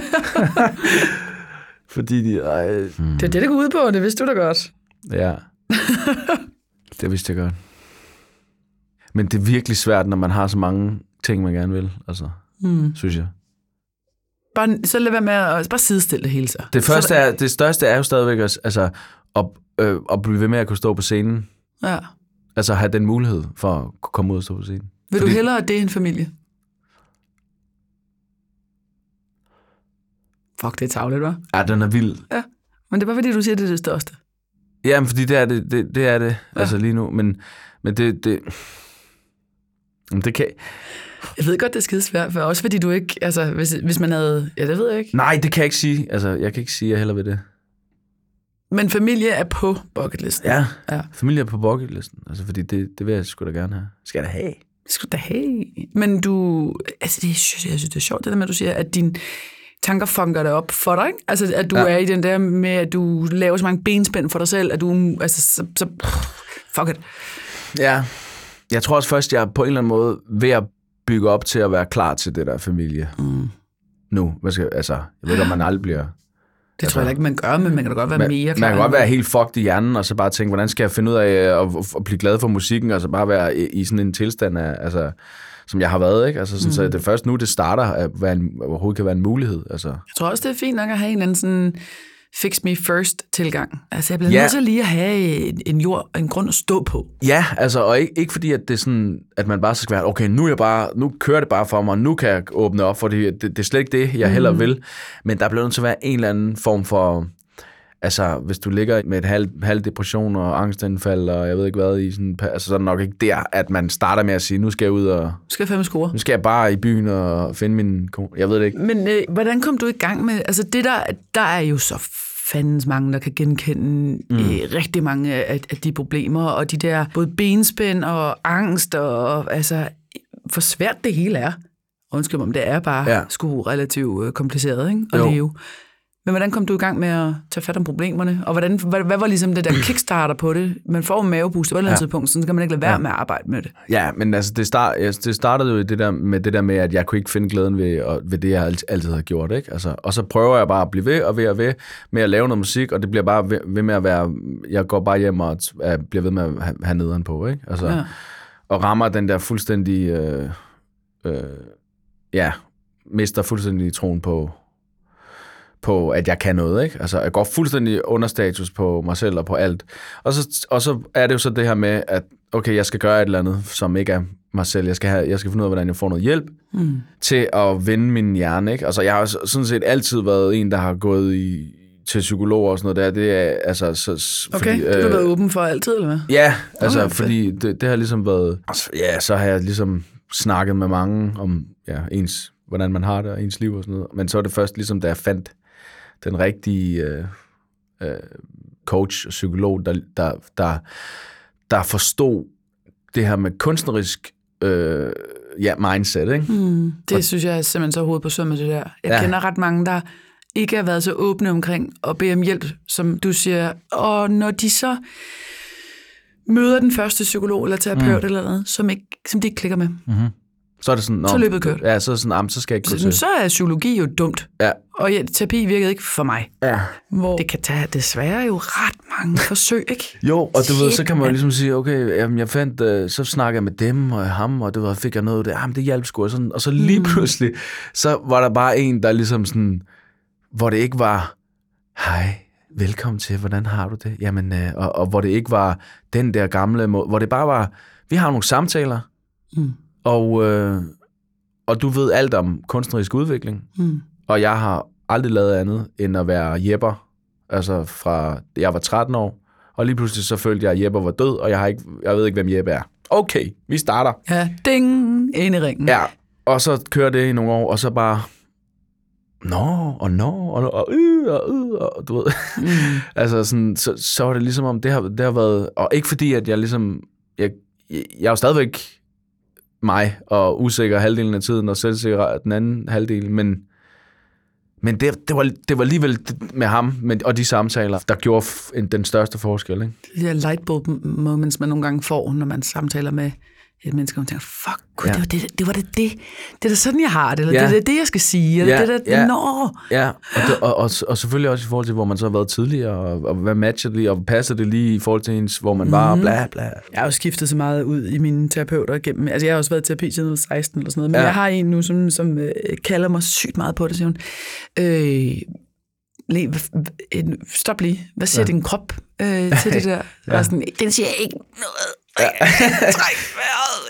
Speaker 2: Fordi de... Ej. Hmm. Det er det, det går ud på, det vidste du da godt. Ja. Det vidste jeg godt. Men det er virkelig svært, når man har så mange ting, man gerne vil, altså, hmm. synes jeg. Bare, så lad være med at bare sidestille det hele så. Det, første er, det største er jo stadigvæk altså, at, øh, at blive ved med at kunne stå på scenen.
Speaker 1: Ja.
Speaker 2: Altså have den mulighed for at kunne komme ud og stå på scenen.
Speaker 1: Vil
Speaker 2: Fordi...
Speaker 1: du hellere det end familie? Fuck, det er tarveligt, hva'?
Speaker 2: Ja, den er vild.
Speaker 1: Ja, men det er bare fordi, du siger, det er det største.
Speaker 2: Jamen, fordi det er det, det, det, er det ja. altså lige nu. Men, men det, det, det kan...
Speaker 1: Jeg ved godt, det er skidesvært, for også fordi du ikke... Altså, hvis, hvis man havde... Ja, det ved jeg ikke.
Speaker 2: Nej, det kan jeg ikke sige. Altså, jeg kan ikke sige, at jeg heller ved det.
Speaker 1: Men familie er på bucketlisten.
Speaker 2: Ja,
Speaker 1: ja.
Speaker 2: Familie er på bucketlisten. Altså, fordi det, det vil jeg sgu da gerne have. Skal jeg da have?
Speaker 1: Det skal du da have. Men du... Altså, det, jeg synes, jeg synes, det er sjovt, det der med, at du siger, at din tanker funker det op for dig, ikke? Altså, at du ja. er i den der med, at du laver så mange benspænd for dig selv, at du... Altså, så... så fuck it.
Speaker 2: Ja. Jeg tror også først, jeg er på en eller anden måde ved at bygge op til at være klar til det der familie. Mm. Nu. Hvad skal, altså, jeg ved ikke, om man aldrig bliver...
Speaker 1: Det tror jeg ikke, man gør, men man kan da godt være
Speaker 2: man,
Speaker 1: mere klar.
Speaker 2: Man kan godt være helt fucked i hjernen, og så bare tænke, hvordan skal jeg finde ud af at, at blive glad for musikken, og så bare være i, i sådan en tilstand, af, altså, som jeg har været. Ikke? Altså, sådan, mm. Så det er først nu, det starter, at være en, overhovedet kan være en mulighed. Altså. Jeg
Speaker 1: tror også, det er fint nok at have en anden sådan fix me first tilgang. Altså, jeg bliver
Speaker 2: ja.
Speaker 1: nødt til lige at have en jord, en grund at stå på.
Speaker 2: Ja, altså, og ikke, ikke fordi, at det er sådan, at man bare skal være, okay, nu, er jeg bare, nu kører det bare for mig, nu kan jeg åbne op, for det, det, det er slet ikke det, jeg heller vil. Men der bliver nødt til at være en eller anden form for, altså, hvis du ligger med et halv, halv depression og angstanfald, og jeg ved ikke hvad, i sådan, altså, så er det nok ikke der, at man starter med at sige, nu skal jeg ud og...
Speaker 1: Skal jeg fandme score?
Speaker 2: Nu skal jeg bare i byen og finde min kone. Jeg ved det ikke.
Speaker 1: Men øh, hvordan kom du i gang med, altså det der, der er jo så fandens mange, der kan genkende mm. øh, rigtig mange af, af de problemer, og de der både benspænd og angst, og altså, hvor svært det hele er. Undskyld mig, det er bare ja. sgu relativt øh, kompliceret, ikke, at jo. leve. Men hvordan kom du i gang med at tage fat om problemerne? Og hvordan, hvad, hvad var ligesom det der kickstarter på det? Man får en maveboost på et eller andet ja. tidspunkt, så kan man ikke lade være ja. med at arbejde med det.
Speaker 2: Ja, men altså, det, start, det startede jo det der med det der med, at jeg kunne ikke finde glæden ved, og, ved det, jeg altid havde gjort. Ikke? Altså, og så prøver jeg bare at blive ved og ved og ved med at lave noget musik, og det bliver bare ved, ved med at være... Jeg går bare hjem og bliver ved med at have, have nederen på. Ikke? Altså, ja. Og rammer den der fuldstændig... Øh, øh, ja, mister fuldstændig troen på... på, at jeg kan noget, ikke? Altså, jeg går fuldstændig under status på mig selv og på alt. Og så, og så er det jo så det her med, at okay, jeg skal gøre et eller andet, som ikke er mig selv. Jeg skal, have, jeg skal finde ud af, hvordan jeg får noget hjælp mm. til at vende min hjerne, ikke? Altså, jeg har sådan set altid været en, der har gået i, til psykologer og sådan noget der. Det er, altså... Så,
Speaker 1: okay, fordi, du har øh, været åben for altid, eller hvad?
Speaker 2: Ja, altså, okay. fordi det, det har ligesom været... Altså, ja, så har jeg ligesom snakket med mange om, ja, ens, hvordan man har det og ens liv og sådan noget. Men så er det først ligesom, da jeg fandt den rigtige øh, øh, coach og psykolog, der, der, der, der forstod det her med kunstnerisk øh, ja, mindset. Ikke? Mm,
Speaker 1: det og, synes jeg er simpelthen så hovedet på sømmet, det der. Jeg ja. kender ret mange, der ikke har været så åbne omkring at bede om hjælp, som du siger. Og når de så møder den første psykolog eller terapeut mm. eller noget, som, ikke, som de ikke klikker med,
Speaker 2: mm-hmm. så er det sådan,
Speaker 1: så løbet kørt.
Speaker 2: Ja, så er det sådan, så skal jeg ikke gå
Speaker 1: så, så er psykologi jo dumt.
Speaker 2: Ja.
Speaker 1: Og ja, terapi virkede ikke for mig.
Speaker 2: Ja.
Speaker 1: Hvor det kan tage desværre jo ret mange forsøg, ikke?
Speaker 2: Jo, og du ved, så kan man jo ligesom sige, okay, jamen, jeg fandt, uh, så snakker jeg med dem og ham, og det var, fik jeg noget, det, jamen, det hjalp sgu, og, sådan, og så lige mm. pludselig, så var der bare en, der ligesom sådan, hvor det ikke var, hej, velkommen til, hvordan har du det? Jamen, uh, og, og hvor det ikke var den der gamle måde, hvor det bare var, vi har nogle samtaler, mm. og, øh, og du ved alt om kunstnerisk udvikling, mm. og jeg har aldrig lavet andet end at være Jepper, altså fra jeg var tretten år, og lige pludselig så følte jeg, at Jepper var død, og jeg, har ikke, jeg ved ikke, hvem Jeppe er. Okay, vi starter.
Speaker 1: Ja, ding, ind i ringen.
Speaker 2: Ja, og så kører det i nogle år, og så bare, nå, og nå, og, og, øh, og, øh, og du ved. Mm. altså sådan, så, så var det ligesom om, det har, det har været, og ikke fordi, at jeg ligesom, jeg, jeg, jeg er jo stadigvæk mig, og usikker halvdelen af tiden, og selvsikker den anden halvdel, men, men det, det, var, det var alligevel med ham, men, og de samtaler, der gjorde en, den største forskel. Ikke?
Speaker 1: De her lightbulb moments, man nogle gange får, når man samtaler med et menneske, og man tænker, fuck, God, ja. det, var det, det var det, det, det er da sådan, jeg har det, eller ja. det er det, jeg skal sige, eller ja. det der,
Speaker 2: ja.
Speaker 1: nå.
Speaker 2: Ja, og, det, og, og, og selvfølgelig også i forhold til, hvor man så har været tidligere, og, og hvad matcher det lige, og passer det lige i forhold til ens, hvor man var, mm. bla bla.
Speaker 1: Jeg har jo skiftet så meget ud i mine terapeuter igennem, altså jeg har også været i terapi siden seksten eller sådan noget, men ja. jeg har en nu, som, som øh, kalder mig sygt meget på det, siger hun. Øh, Stop lige. Hvad siger ja. din krop øh, til det der? Ja. Sådan, den siger ikke noget. Ja. Træk vejret.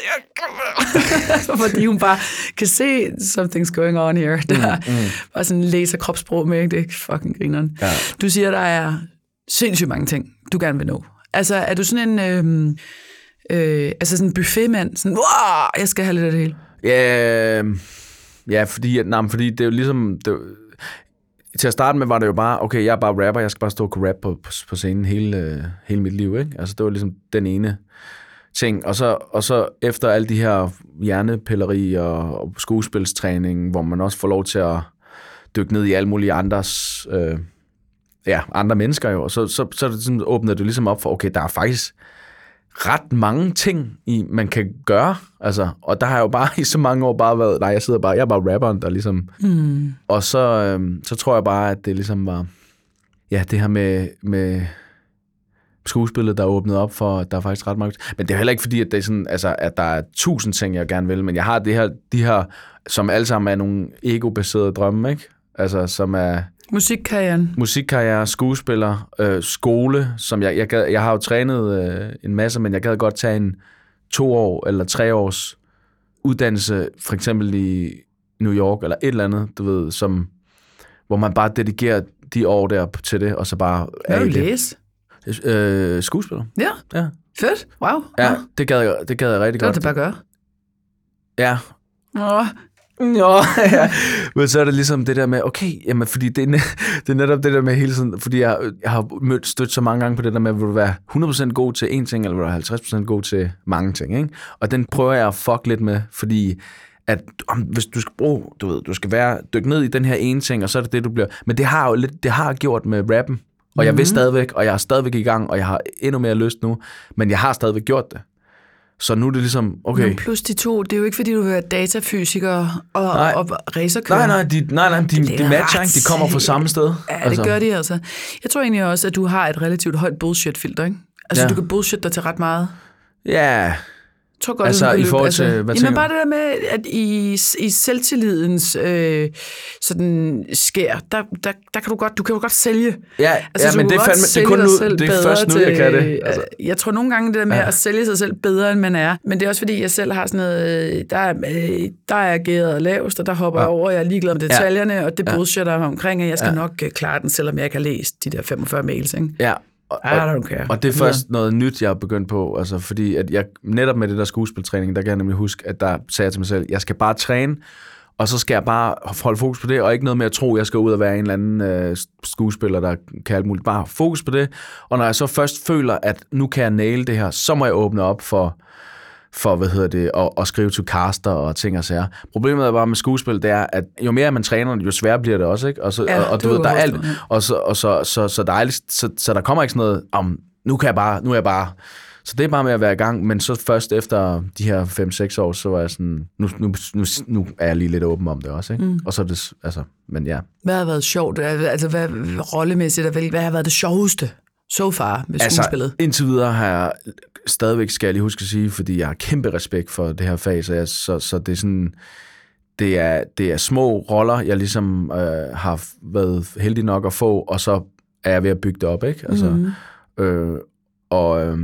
Speaker 1: Jeg Fordi hun bare kan se something's going on here. Der mm, mm. og sådan læser kropssprog med, ikke? Det er fucking grineren. Ja. Du siger, der er sindssygt mange ting, du gerne vil nå. Altså, er du sådan en øh, øh, altså sådan en buffetmand? Sådan, wow, jeg skal have lidt af det hele.
Speaker 2: Ja, ja fordi, nej, fordi det er jo ligesom... Det, til at starte med var det jo bare, okay, jeg er bare rapper, jeg skal bare stå og kunne rappe på, på, på scenen hele, øh, hele mit liv, ikke? Altså, det var ligesom den ene ting. Og så, og så efter alle de her hjernepilleri og, og skuespilstræning, hvor man også får lov til at dykke ned i alle mulige andres, øh, ja, andre mennesker jo, og så, så, så det sådan, åbner det ligesom op for, okay, der er faktisk ret mange ting, i, man kan gøre, altså, og der har jeg jo bare i så mange år bare været, nej, jeg sidder bare, jeg er bare rapperen, der ligesom, mm. og så, øhm, så tror jeg bare, at det ligesom var, ja, det her med, med skuespillet, der åbnede op for, at der er faktisk ret mange, men det er heller ikke fordi, at det er sådan, altså, at der er tusind ting, jeg gerne vil, men jeg har det her, de her, som alle sammen er nogle ego-baserede drømme, ikke? Altså, som er
Speaker 1: musikkarrieren.
Speaker 2: Musikkarriere, skuespiller, øh, skole, som jeg, jeg, gad, jeg har jo trænet øh, en masse, men jeg gad godt tage en to år eller tre års uddannelse, for eksempel i New York, eller et eller andet, du ved, som, hvor man bare dedigerer de år der til det, og så bare...
Speaker 1: Hvad vil du læse?
Speaker 2: Øh, skuespiller.
Speaker 1: Ja.
Speaker 2: Ja.
Speaker 1: Fedt. Wow.
Speaker 2: Ja, ja. Det, gad jeg, det gad jeg rigtig
Speaker 1: det
Speaker 2: godt.
Speaker 1: Det kan du bare gøre.
Speaker 2: Ja.
Speaker 1: Åh.
Speaker 2: Nå, ja. Men så er det ligesom det der med, okay, jamen, fordi det er, det er netop det der med hele tiden, fordi jeg, jeg har mødt stødt så mange gange på det der med, vil du være hundrede procent god til én ting, eller vil du være halvtreds procent god til mange ting, ikke? Og den prøver jeg at fuck lidt med, fordi at om, hvis du skal bruge, du ved, du skal være dykke ned i den her ene ting, og så er det det, du bliver, men det har jo lidt, det har gjort med rappen, og jeg mm-hmm. vil stadigvæk, og jeg er stadigvæk i gang, og jeg har endnu mere lyst nu, men jeg har stadigvæk gjort det. Så nu er det ligesom, okay...
Speaker 1: Men plus de to, det er jo ikke, fordi du vil være datafysiker og, og racerkører.
Speaker 2: Nej, nej, de, nej, nej, de, de matcher, ikke? De kommer fra samme sted.
Speaker 1: Ja, det altså. gør de altså. Jeg tror egentlig også, at du har et relativt højt bullshit-filter, ikke? Altså, ja. Du kan bullshit dig til ret meget.
Speaker 2: Ja...
Speaker 1: Tror godt,
Speaker 2: altså i forhold til,
Speaker 1: altså,
Speaker 2: hvad
Speaker 1: jamen bare det der med, at i, i selvtillidens øh, sådan skær, der, der, der kan du godt, du kan jo godt sælge.
Speaker 2: Ja,
Speaker 1: altså,
Speaker 2: ja men det er, fandme, det er kun nu, det er først nu, jeg kan det.
Speaker 1: Altså. Jeg tror nogle gange det der med ja. at sælge sig selv bedre, end man er, men det er også fordi, jeg selv har sådan noget, der er, der er ageret lavest, og der hopper ja. jeg over, jeg er ligeglad med detaljerne, ja. og det bullshitter mig omkring, at jeg skal ja. nok klare den, selvom jeg ikke har læst de der femogfyrre mails, ikke?
Speaker 2: Ja. Og, og, og det er først ja. noget nyt, jeg er begyndt på, altså fordi at jeg netop med det der skuespiltræning, der kan jeg nemlig huske, at der sagde jeg til mig selv, jeg skal bare træne, og så skal jeg bare holde fokus på det, og ikke noget med at tro, at jeg skal ud og være en eller anden øh, skuespiller, der kan alt muligt. Bare fokus på det, og når jeg så først føler, at nu kan jeg naile det her, så må jeg åbne op for, for hvad hedder det, og, og skrive til caster og ting og sager. Problemet er bare med skuespil, det er, at jo mere man træner, jo sværere bliver det også, ikke? Og så, ja, og, og du ved, der er alt, og så, og så, så, så, der er, så, så der kommer ikke sådan noget om, nu kan jeg bare, nu er jeg bare, så det er bare med at være i gang, men så først efter de her fem seks år, så var jeg sådan, nu, nu, nu, nu er jeg lige lidt åben om det også, ikke? Mm. Og så er det, altså, men ja.
Speaker 1: Hvad har været sjovt? Altså, hvad rollemæssigt, hvad har været det sjoveste so far med skuespillet?
Speaker 2: Altså, indtil videre har jeg stadigvæk, skal jeg lige huske at sige, fordi jeg har kæmpe respekt for det her fag, så, jeg, så, så det er sådan, det er, det er små roller, jeg ligesom øh, har været heldig nok at få, og så er jeg ved at bygge det op, ikke? Altså, mm. øh, og, øh,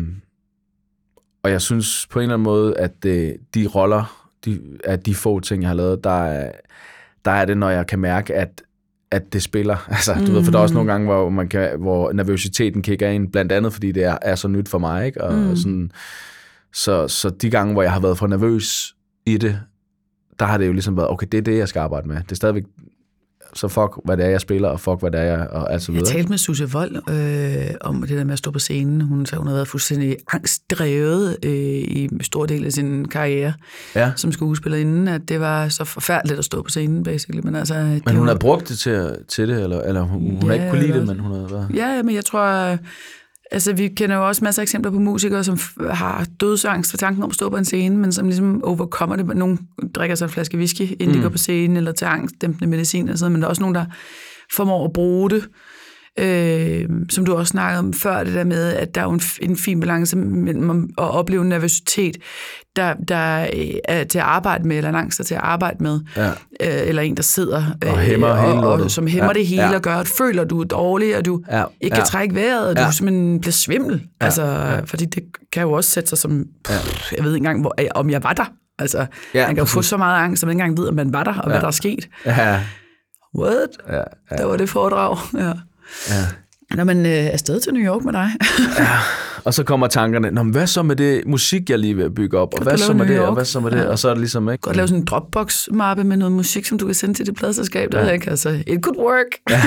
Speaker 2: og jeg synes på en eller anden måde, at det, de roller, de, at de få ting, jeg har lavet, der er, der er det, når jeg kan mærke, at at det spiller. Altså, du mm. ved, for der er også nogle gange, hvor, man kan, hvor nervøsiteten kigger ind, blandt andet, fordi det er, er så nyt for mig, ikke? Og mm. sådan, så, så de gange, hvor jeg har været for nervøs i det, der har det jo ligesom været, okay, det er det, jeg skal arbejde med. Det er stadigvæk, så fuck, hvad det er, jeg spiller, og fuck, hvad det er, jeg, og alt så videre.
Speaker 1: Jeg talte med Susse Wold øh, om det der med at stå på scenen. Hun sagde, hun har været fuldstændig angstdrevet øh, i stor del af sin karriere ja. som skuespiller inden, at det var så forfærdeligt at stå på scenen, basically. Men, altså,
Speaker 2: men hun har brugt det til, til det, eller, eller hun, hun ja, har ikke kunne lide det, men hun har været...
Speaker 1: Ja, men jeg tror... Altså, vi kender jo også masser af eksempler på musikere, som har dødsangst for tanken om at stå på en scene, men som ligesom overkommer det. Nogle drikker sig en flaske whisky, inden mm. de går på scenen, eller tager angstdæmpende medicin og sådan noget, men der er også nogen, der formår at bruge det Øh, som du også snakkede om før, det der med, at der er en, en fin balance mellem at opleve nervøsitet, der, der er til at arbejde med, eller en angst til at arbejde med,
Speaker 2: ja.
Speaker 1: øh, eller en, der sidder
Speaker 2: og, hæmmer
Speaker 1: øh,
Speaker 2: hele
Speaker 1: og, og som hæmmer ja. det hele, ja. og gør, at føler, du er dårlig, og du ja. ikke kan ja. trække vejret, og ja. du simpelthen bliver svimmel. Ja. Altså, ja. Fordi det kan jo også sætte sig som, pff, jeg ved ikke engang, hvor, om jeg var der. Altså, ja, man kan jo få så meget angst, at man ikke engang ved, om man var der, og ja. hvad der er sket.
Speaker 2: Ja.
Speaker 1: What? Ja, ja. Der var det foredrag. Ja. Ja. Når man øh, er afsted til New York med dig.
Speaker 2: Ja. Og så kommer tankerne, Nå, hvad så med det musik, jeg lige vil bygge op? Og hvad så med det, og hvad så med det? Ja. Og så er det ligesom, ikke?
Speaker 1: Godt lave sådan en Dropbox-mappe med noget musik, som du kan sende til det pladselskab. Ja. Der ikke, altså, it could work. Ja.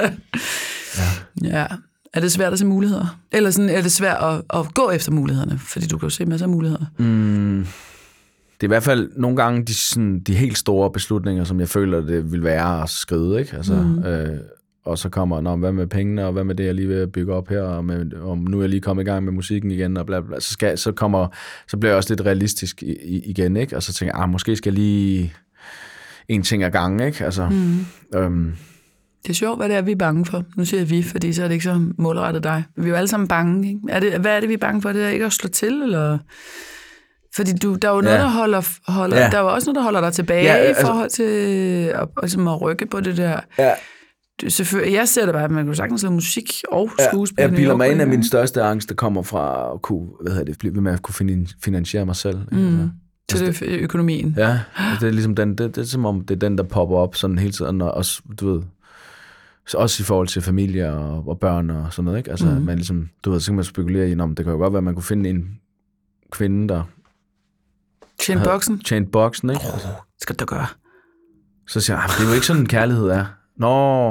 Speaker 1: ja. ja. Er det svært at se muligheder? Eller sådan, er det svært at, at gå efter mulighederne? Fordi du kan jo se masser af muligheder.
Speaker 2: Mm. Det er i hvert fald nogle gange de, sådan, de helt store beslutninger, som jeg føler, det vil være at skride, ikke? Altså, mm. øh, og så kommer, Nå, hvad med pengene, og hvad med det, jeg lige vil bygge op her, og, med, og nu er jeg lige kommet i gang med musikken igen, og bla, bla. Så, skal, så, kommer, så bliver jeg også lidt realistisk i, i, igen, ikke? Og så tænker jeg, ah, måske skal jeg lige en ting ad gangen, ikke? Altså, mm. øhm,
Speaker 1: det er sjovt, hvad det er, vi er bange for. Nu siger jeg vi, fordi så er det ikke så målrettet dig. Vi er jo alle sammen bange, ikke? Er det, hvad er det, vi er bange for? Det er ikke at slå til, eller... Fordi du, der er jo noget, ja. der holder, holder ja. der er jo også noget, der holder dig tilbage ja, altså, i forhold til at, altså, at rykke på det der. Ja. Du, selvfølgelig, jeg ser det bare, at man kan sagtens lave musik og skuespil.
Speaker 2: Ja, jeg bilder mig ind af min største angst, der kommer fra at kunne, hvad hedder det, blive ved med at kunne finansiere mig selv.
Speaker 1: Mm. Altså, til altså, det, økonomien.
Speaker 2: Ja, det er ligesom den, det, det er som om, det er den, der popper op sådan hele tiden, og også, du ved, også i forhold til familie og, og børn og sådan noget, ikke? Altså, mm. man ligesom, du ved, så kan man spekulere i, om det kan jo godt være, at man kunne finde en kvinde, der
Speaker 1: Tjent boksen?
Speaker 2: Tjent boksen, ikke?
Speaker 1: Oh,
Speaker 2: altså.
Speaker 1: skal du gøre.
Speaker 2: Så siger jeg, det er jo ikke sådan, en kærlighed er. Nå.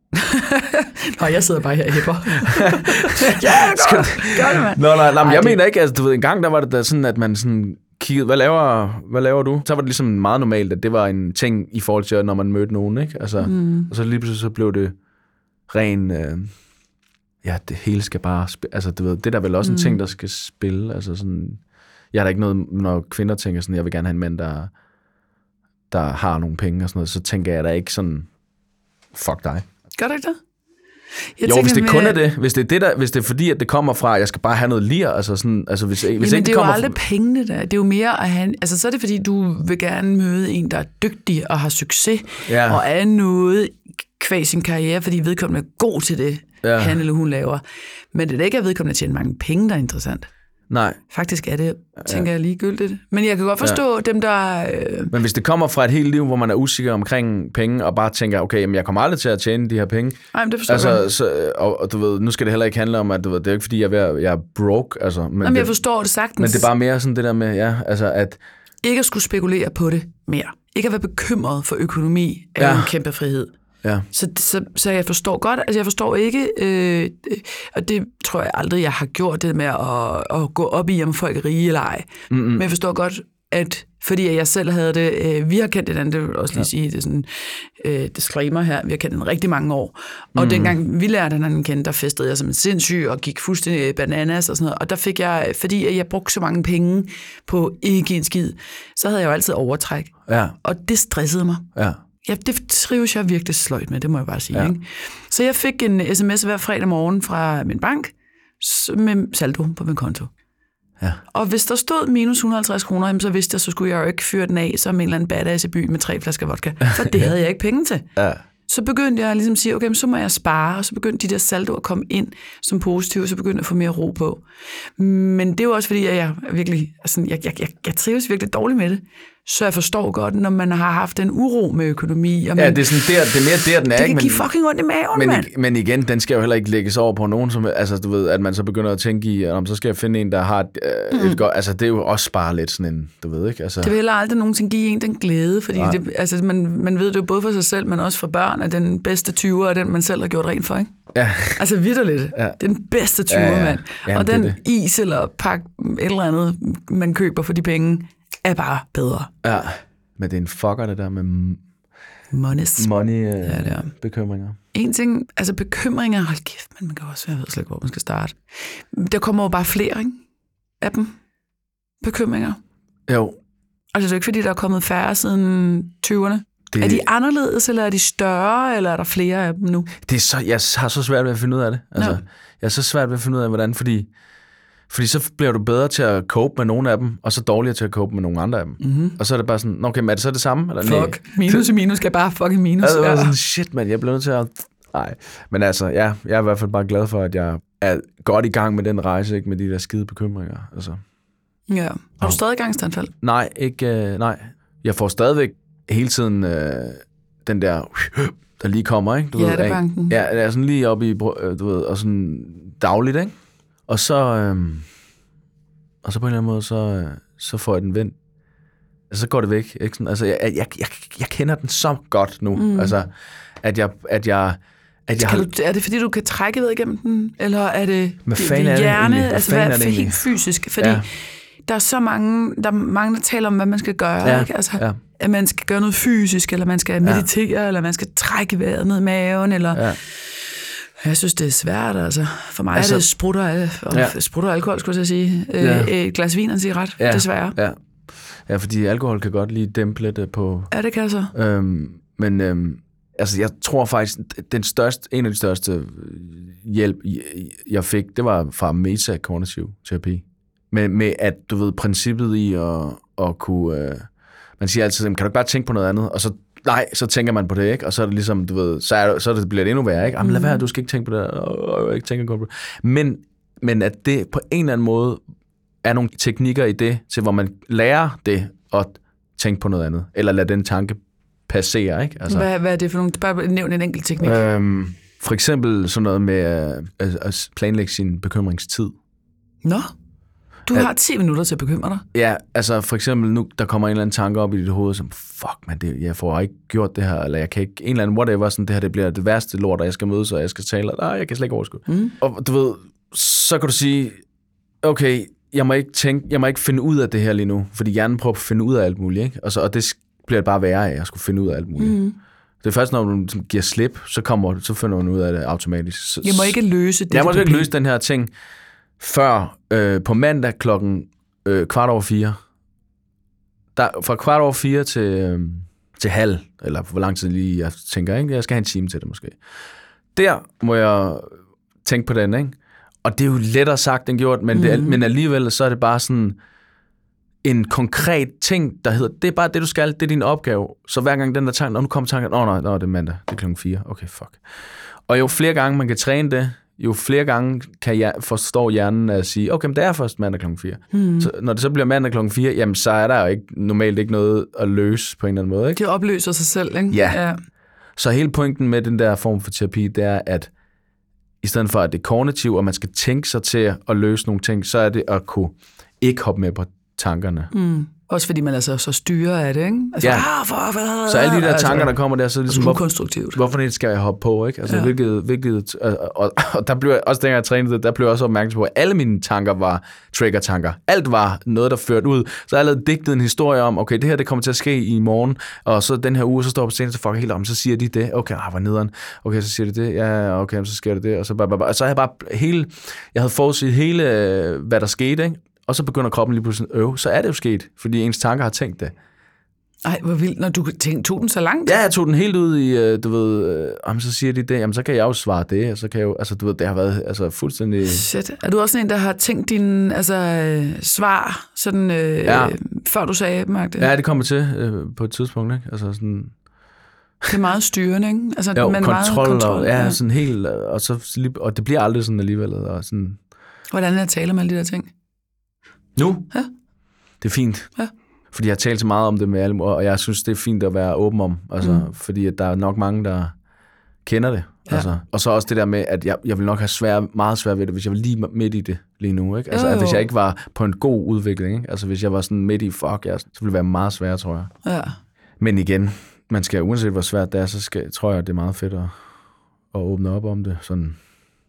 Speaker 1: Nå, jeg sidder bare her og hæpper. Ja, gør det, gør det, mand.
Speaker 2: Nå, nej, nej, men jeg det... mener ikke, altså, du ved, en gang der var det da sådan, at man sådan kiggede, hvad laver, hvad laver du? Så var det ligesom meget normalt, at det var en ting i forhold til, når man mødte nogen, ikke? Altså, mm. og så lige pludselig så blev det ren, øh, ja, det hele skal bare, spille, altså, du ved, det der er vel også mm. en ting, der skal spille, altså sådan... Jeg har da ikke noget, når kvinder tænker sådan, jeg vil gerne have en mand, der, der har nogle penge og sådan noget, så tænker jeg da ikke sådan, fuck dig.
Speaker 1: Gør du ikke det? Jeg
Speaker 2: jo, hvis det med... kun er det, hvis det er, det der, hvis det er fordi, at det kommer fra, at jeg skal bare have noget lir, altså sådan, altså hvis,
Speaker 1: Jamen,
Speaker 2: hvis
Speaker 1: ikke
Speaker 2: det,
Speaker 1: det er
Speaker 2: kommer
Speaker 1: jo aldrig fra... pengene der, det er jo mere at have, altså så er det fordi, du vil gerne møde en, der er dygtig og har succes, ja. og er noget kvæg sin karriere, fordi vedkommende er god til det, ja. han eller hun laver. Men det er da ikke, at vedkommende tjener mange penge, der er interessant. Nej. Faktisk er det, tænker ja. jeg, ligegyldigt. Men jeg kan godt forstå ja. dem, der... Øh...
Speaker 2: Men hvis det kommer fra et helt liv, hvor man er usikker omkring penge, og bare tænker, okay, jamen, jeg kommer aldrig til at tjene de her penge.
Speaker 1: Nej, men det forstår
Speaker 2: altså,
Speaker 1: jeg.
Speaker 2: Så, og, og du ved, nu skal det heller ikke handle om, at du ved, det er ikke fordi, jeg er, jeg er broke. Altså, men
Speaker 1: jamen,
Speaker 2: det,
Speaker 1: jeg forstår det sagtens.
Speaker 2: Men det er bare mere sådan det der med, ja, altså at...
Speaker 1: Ikke at skulle spekulere på det mere. Ikke at være bekymret for økonomi er ja. en kæmpe frihed. Ja. Så, så, så jeg forstår godt, altså jeg forstår ikke, øh, og det tror jeg aldrig, jeg har gjort, det med at, at gå op i, om folk er rige eller ej. Mm-hmm. Men jeg forstår godt, at fordi jeg selv havde det, øh, vi har kendt det andet, det vil jeg også lige ja. sige, det er sådan øh, disclaimer her, vi har kendt den rigtig mange år. Og mm-hmm. dengang vi lærte hinanden kende, der festede jeg som en sindssyg og gik fuldstændig bananas og sådan noget. Og der fik jeg, fordi jeg brugte så mange penge på ikke en skid, så havde jeg jo altid overtræk. Ja. Og det stressede mig. Ja. Ja, det trives jeg virkelig sløjt med, det må jeg bare sige. Ja. Ikke? Så jeg fik en sms hver fredag morgen fra min bank med saldo på min konto. Ja. Og hvis der stod minus et hundrede og halvtreds kroner, så vidste jeg, så skulle jeg jo ikke fyre den af som en eller anden badass i by med tre flasker vodka. For det havde jeg ikke penge til. Ja. Så begyndte jeg ligesom at sige, okay, så må jeg spare, og så begyndte de der saldoer at komme ind som positive, og så begyndte jeg at få mere ro på. Men det er jo også fordi, at jeg virkelig, altså, jeg, jeg, jeg, jeg trives virkelig dårligt med det. Så jeg forstår godt, når man har haft en uro med økonomi. Og man,
Speaker 2: ja, det er, sådan der, det er mere der, den er.
Speaker 1: Det
Speaker 2: ikke,
Speaker 1: kan give fucking ondt i maven,
Speaker 2: men,
Speaker 1: mand.
Speaker 2: Men igen, den skal jo heller ikke lægges over på nogen, som, altså du ved, at man så begynder at tænke i, om så skal jeg finde en, der har et, øh, mm. et godt, altså det er jo også bare lidt sådan en, du ved ikke. Altså.
Speaker 1: Det vil heller aldrig nogensinde give en den glæde, fordi det, altså, man, man ved det jo både for sig selv, men også for børn, at den bedste tyver er den, man selv har gjort rent for, ikke? Ja. Altså vitterligt. Ja. Den bedste tyver, ja, ja. mand. Jamen, og den det. is eller pakke et eller andet, man køber for de penge, er bare bedre. Ja.
Speaker 2: Men det er en fucker, det der med
Speaker 1: Monies.
Speaker 2: money øh, ja, det bekymringer.
Speaker 1: En ting, altså bekymringer, hold kæft, men man kan også, jeg ved slet ikke, hvor man skal starte. Der kommer jo bare flere, ikke? Af dem. Bekymringer.
Speaker 2: Jo.
Speaker 1: Altså det er jo ikke, fordi der er kommet færre siden tyverne.
Speaker 2: Det,
Speaker 1: er de anderledes, eller er de større, eller er der flere af dem nu?
Speaker 2: Det er så, jeg har så svært ved at finde ud af det. Altså,
Speaker 1: Nå.
Speaker 2: jeg er så svært ved at finde ud af, hvordan, fordi, fordi så bliver du bedre til at cope med nogle af dem, og så dårligere til at cope med nogle andre af dem. Mm-hmm. Og så er det bare sådan, okay, men er det så det samme? Eller
Speaker 1: Fuck, nej? Minus i minus skal bare fucking minus.
Speaker 2: Altså, det var sådan, shit, man, jeg bliver nødt til at... Nej, men altså, ja, jeg er i hvert fald bare glad for, at jeg er godt i gang med den rejse, ikke, med de der skide bekymringer. Altså.
Speaker 1: Ja. Har du stadig angstanfald?
Speaker 2: Nej, ikke, øh, nej. Jeg får stadigvæk hele tiden øh, den der, der lige kommer, ikke? Du
Speaker 1: ja,
Speaker 2: ved,
Speaker 1: det er banken.
Speaker 2: Ja, det er sådan lige oppe i, du ved, og sådan dagligt, ikke? Og så, øh, og så på en eller anden måde, så, øh, så får jeg den vendt. Altså, så går det væk, ikke? Sådan, altså, jeg, jeg, jeg, jeg kender den så godt nu, mm. altså, at jeg, at jeg, at jeg
Speaker 1: har...
Speaker 2: du,
Speaker 1: er det fordi, du kan trække ved igennem den? Eller er det,
Speaker 2: hvad
Speaker 1: det,
Speaker 2: det
Speaker 1: hjerne?
Speaker 2: Hvad
Speaker 1: altså, hvad
Speaker 2: er
Speaker 1: er
Speaker 2: det
Speaker 1: helt fysisk? Fordi ja. der er så mange, der er mange, der taler om, hvad man skal gøre,
Speaker 2: ja.
Speaker 1: ikke? Altså,
Speaker 2: ja.
Speaker 1: at man skal gøre noget fysisk, eller man skal meditere, ja. eller man skal trække vejret ned i maven, eller... Ja. Jeg synes, det er svært, altså. For mig altså, er det sprutter, og ja. sprutter alkohol, skulle jeg sige. Ja. Et glas vin og en cigaret, ja. desværre.
Speaker 2: Ja. ja, fordi alkohol kan godt lige dæmpe lidt på...
Speaker 1: Ja, det kan så.
Speaker 2: Øhm, men øhm, altså, jeg tror faktisk, den største, en af de største hjælp, jeg fik, det var fra Meta Kognitiv Terapi. Med, med at, du ved, princippet i at, at kunne... Øh, man siger altid, kan du ikke bare tænke på noget andet? Og så nej, så tænker man på det, ikke? Og så er det ligesom, du ved, så, er, så er det, bliver det endnu værre, ikke? Jamen, lad være, du skal ikke tænke på det, og ikke tænke på det. Men, men at det på en eller anden måde er nogle teknikker i det, til hvor man lærer det at tænke på noget andet, eller lade den tanke passere, ikke? Altså,
Speaker 1: hvad, hvad er det for nogle? Bare nævn en enkelt teknik.
Speaker 2: Øhm, for eksempel sådan noget med at, at planlægge sin bekymringstid.
Speaker 1: Nå? Du har ti minutter til at bekymre dig.
Speaker 2: Ja, altså for eksempel nu, der kommer en eller anden tanke op i dit hoved, som, fuck man, det, jeg får ikke gjort det her, eller jeg kan ikke, en eller anden whatever, sådan det her, det bliver det værste lort, og jeg skal mødes, og jeg skal tale, og jeg kan slet ikke overskue. Mm. Og du ved, så kan du sige, okay, jeg må ikke tænke, jeg må ikke finde ud af det her lige nu, fordi hjernen prøver at finde ud af alt muligt, ikke? Og, så, og det bliver det bare værre af, at skulle finde ud af alt muligt. Mm. Det er først, når du giver slip, så kommer så finder du ud af det automatisk. Så,
Speaker 1: jeg må ikke løse det.
Speaker 2: Jeg må ikke løse den her ting, før øh, på mandag klokken øh, kvart over fire. Der, fra kvart over fire til, øh, til halv, eller hvor lang tid lige jeg tænker, ikke? Jeg skal have en time til det måske. Der må jeg tænke på den, ikke? Og det er jo lettere sagt end gjort, men, mm. det, men alligevel så er det bare sådan en konkret ting, der hedder, det er bare det, du skal, det er din opgave. Så hver gang den der tanke, når nu kommer tanken, åh oh, nej, nej, det er mandag, det er klokken fire, okay, fuck. Og jo flere gange man kan træne det, jo flere gange kan jeg forstå hjernen at sige, okay, men det er først mandag klokken fire. Mm. Så når det så bliver mandag klokken fire, jamen så er der jo ikke, normalt ikke noget at løse på en eller anden måde. Ikke?
Speaker 1: Det opløser sig selv, ikke?
Speaker 2: Ja. ja. Så hele pointen med den der form for terapi, det er, at i stedet for, at det er kognitivt, og man skal tænke sig til at løse nogle ting, så er det at kunne ikke hoppe med på tankerne.
Speaker 1: Mm. Også fordi man altså så styrer af det, ikke? Altså,
Speaker 2: ja.
Speaker 1: ah, for, for,
Speaker 2: så alle de der tanker, der kommer der, så ligesom,
Speaker 1: hvor, konstruktivt.
Speaker 2: Hvorfor det skal jeg hoppe på, ikke? Altså, ja. hvilket, hvilket, og, og, og der blev også, dengang jeg trænede det, der blev jeg også opmærksom på, at alle mine tanker var trigger-tanker. Alt var noget, der førte ud. Så jeg havde digtet en historie om, okay, det her, det kommer til at ske i morgen, og så den her uge, så står jeg på scenen, så fuck helt om, så siger de det. Okay, ah, hvor nederen. Okay, så siger de det. Ja, okay, så sker det det. Og så, bare, bare, og så havde jeg bare hele, jeg havde forudset hele, hvad der skete, ikke? Og så begynder kroppen lige pludselig at øve, så er det jo sket, fordi ens tanker har tænkt det.
Speaker 1: Ej, hvor vildt, når du tænkte, tog den så langt?
Speaker 2: Ja, jeg tog den helt ud i, du ved, øh, så siger de det, jamen så kan jeg jo svare det, og så kan jeg jo, altså du ved, det har været altså, fuldstændig...
Speaker 1: Shit. Er du også en, der har tænkt dine altså, øh, svar, sådan, øh, ja. før du sagde dem?
Speaker 2: Ja, det kommer til øh, på et tidspunkt, ikke? Altså sådan...
Speaker 1: Det er meget styrende, ikke? Altså,
Speaker 2: jo,
Speaker 1: men
Speaker 2: kontrol,
Speaker 1: meget kontrol,
Speaker 2: og, ja, sådan helt, og, så, og det bliver aldrig sådan alligevel, og sådan...
Speaker 1: Hvordan er jeg taler med alle de der ting?
Speaker 2: Nu?
Speaker 1: Ja.
Speaker 2: Det er fint.
Speaker 1: Ja.
Speaker 2: Fordi jeg har talt så meget om det med alle, og jeg synes, det er fint at være åben om. Altså, mm. Fordi at der er nok mange, der kender det. Ja. Altså, og så også det der med, at jeg, jeg vil nok have svær, meget svært ved det, hvis jeg var lige midt i det lige nu. Ikke? Altså, at hvis jeg ikke var på en god udvikling. Ikke? Altså, hvis jeg var sådan midt i, fuck, ja, så ville det være meget svært, tror jeg.
Speaker 1: Ja.
Speaker 2: Men igen, man skal uanset hvor svært det er, så skal, tror jeg, det er meget fedt at, at åbne op om det. Sådan...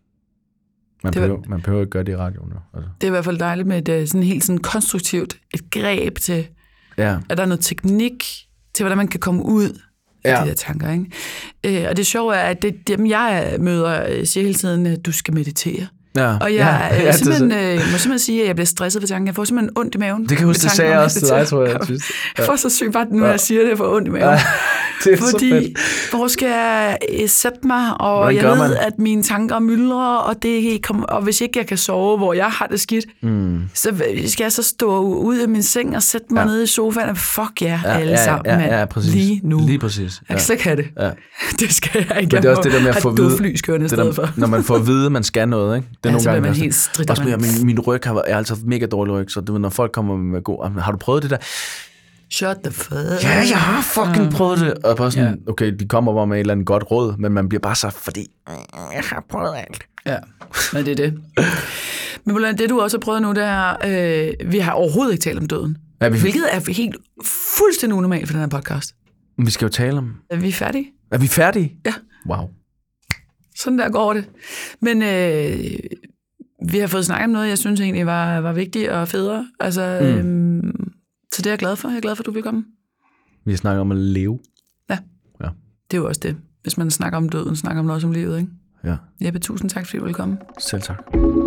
Speaker 2: Man, det behøver, man behøver ikke gøre det i radioen. Altså.
Speaker 1: Det er i hvert fald dejligt med et sådan helt sådan konstruktivt et greb til,
Speaker 2: ja.
Speaker 1: at der er noget teknik til, hvordan man kan komme ud af ja. de der tanker. Ikke? Øh, og det sjove er, at det, dem jeg møder siger hele tiden, at du skal meditere.
Speaker 2: Ja.
Speaker 1: Og jeg ja, ja, simpelthen, øh, må simpelthen sige, at jeg bliver stresset ved tanken. Jeg får simpelthen ondt i maven.
Speaker 2: Det kan huske, det sagde jeg også til dig, tror jeg.
Speaker 1: Jeg får så sygt bare, nu ja. jeg siger det, jeg får ondt i maven. Ja.
Speaker 2: Det er
Speaker 1: Fordi,
Speaker 2: så fedt.
Speaker 1: hvor skal jeg øh, sætte mig, og
Speaker 2: Hvordan
Speaker 1: jeg
Speaker 2: gør
Speaker 1: ved,
Speaker 2: man?
Speaker 1: at mine tanker myldrer, og, det kom, og hvis ikke jeg kan sove, hvor jeg har det skidt,
Speaker 2: Mm.
Speaker 1: så skal jeg så stå ud af min seng og sætte mig
Speaker 2: Ja.
Speaker 1: ned i sofaen, og fuck jer
Speaker 2: Ja,
Speaker 1: alle
Speaker 2: ja,
Speaker 1: sammen,
Speaker 2: ja,
Speaker 1: mand.
Speaker 2: ja, præcis.
Speaker 1: Lige nu.
Speaker 2: Lige præcis.
Speaker 1: Jeg kan slet ikke have det.
Speaker 2: Ja.
Speaker 1: Det skal jeg ikke.
Speaker 2: Men det er også det der med at få at vide,
Speaker 1: fly kørende i
Speaker 2: det
Speaker 1: stedet
Speaker 2: der,
Speaker 1: for.
Speaker 2: når man får at vide, at man skal noget, ikke? Det er
Speaker 1: Ja,
Speaker 2: nogle
Speaker 1: så bliver
Speaker 2: gange
Speaker 1: man
Speaker 2: også-
Speaker 1: helt stritter,
Speaker 2: Også med,
Speaker 1: man.
Speaker 2: min, min ryg har været, jeg har altid mega dårlig ryg, så du ved, når folk kommer med god, har du prøvet det der?
Speaker 1: Shut the fuck.
Speaker 2: Ja, jeg har fucking
Speaker 1: Ja.
Speaker 2: prøvet det. Og bare sådan,
Speaker 1: Ja.
Speaker 2: okay, de kommer bare med et eller andet godt råd, men man bliver bare så, fordi jeg har prøvet alt.
Speaker 1: Ja, men det er det. Men Roland, det du også har prøvet nu, det er, øh, vi har overhovedet ikke talt om døden.
Speaker 2: Ja, vi,
Speaker 1: Hvilket er helt fuldstændig unormalt for den her podcast.
Speaker 2: vi skal jo tale om...
Speaker 1: Er vi færdige?
Speaker 2: Er vi færdige?
Speaker 1: Ja.
Speaker 2: Wow.
Speaker 1: Sådan der går det. Men øh, vi har fået snakket om noget, jeg synes egentlig var, var vigtigt og federe. Altså, mm. øhm, så det er jeg glad for. Jeg er glad for, at du vil komme.
Speaker 2: Vi snakker om at leve.
Speaker 1: Ja.
Speaker 2: Ja.
Speaker 1: Det er jo også det. Hvis man snakker om døden, snakker man også om livet, ikke?
Speaker 2: Ja.
Speaker 1: Jeppe, tusind tak, fordi du ville komme.
Speaker 2: Selv tak.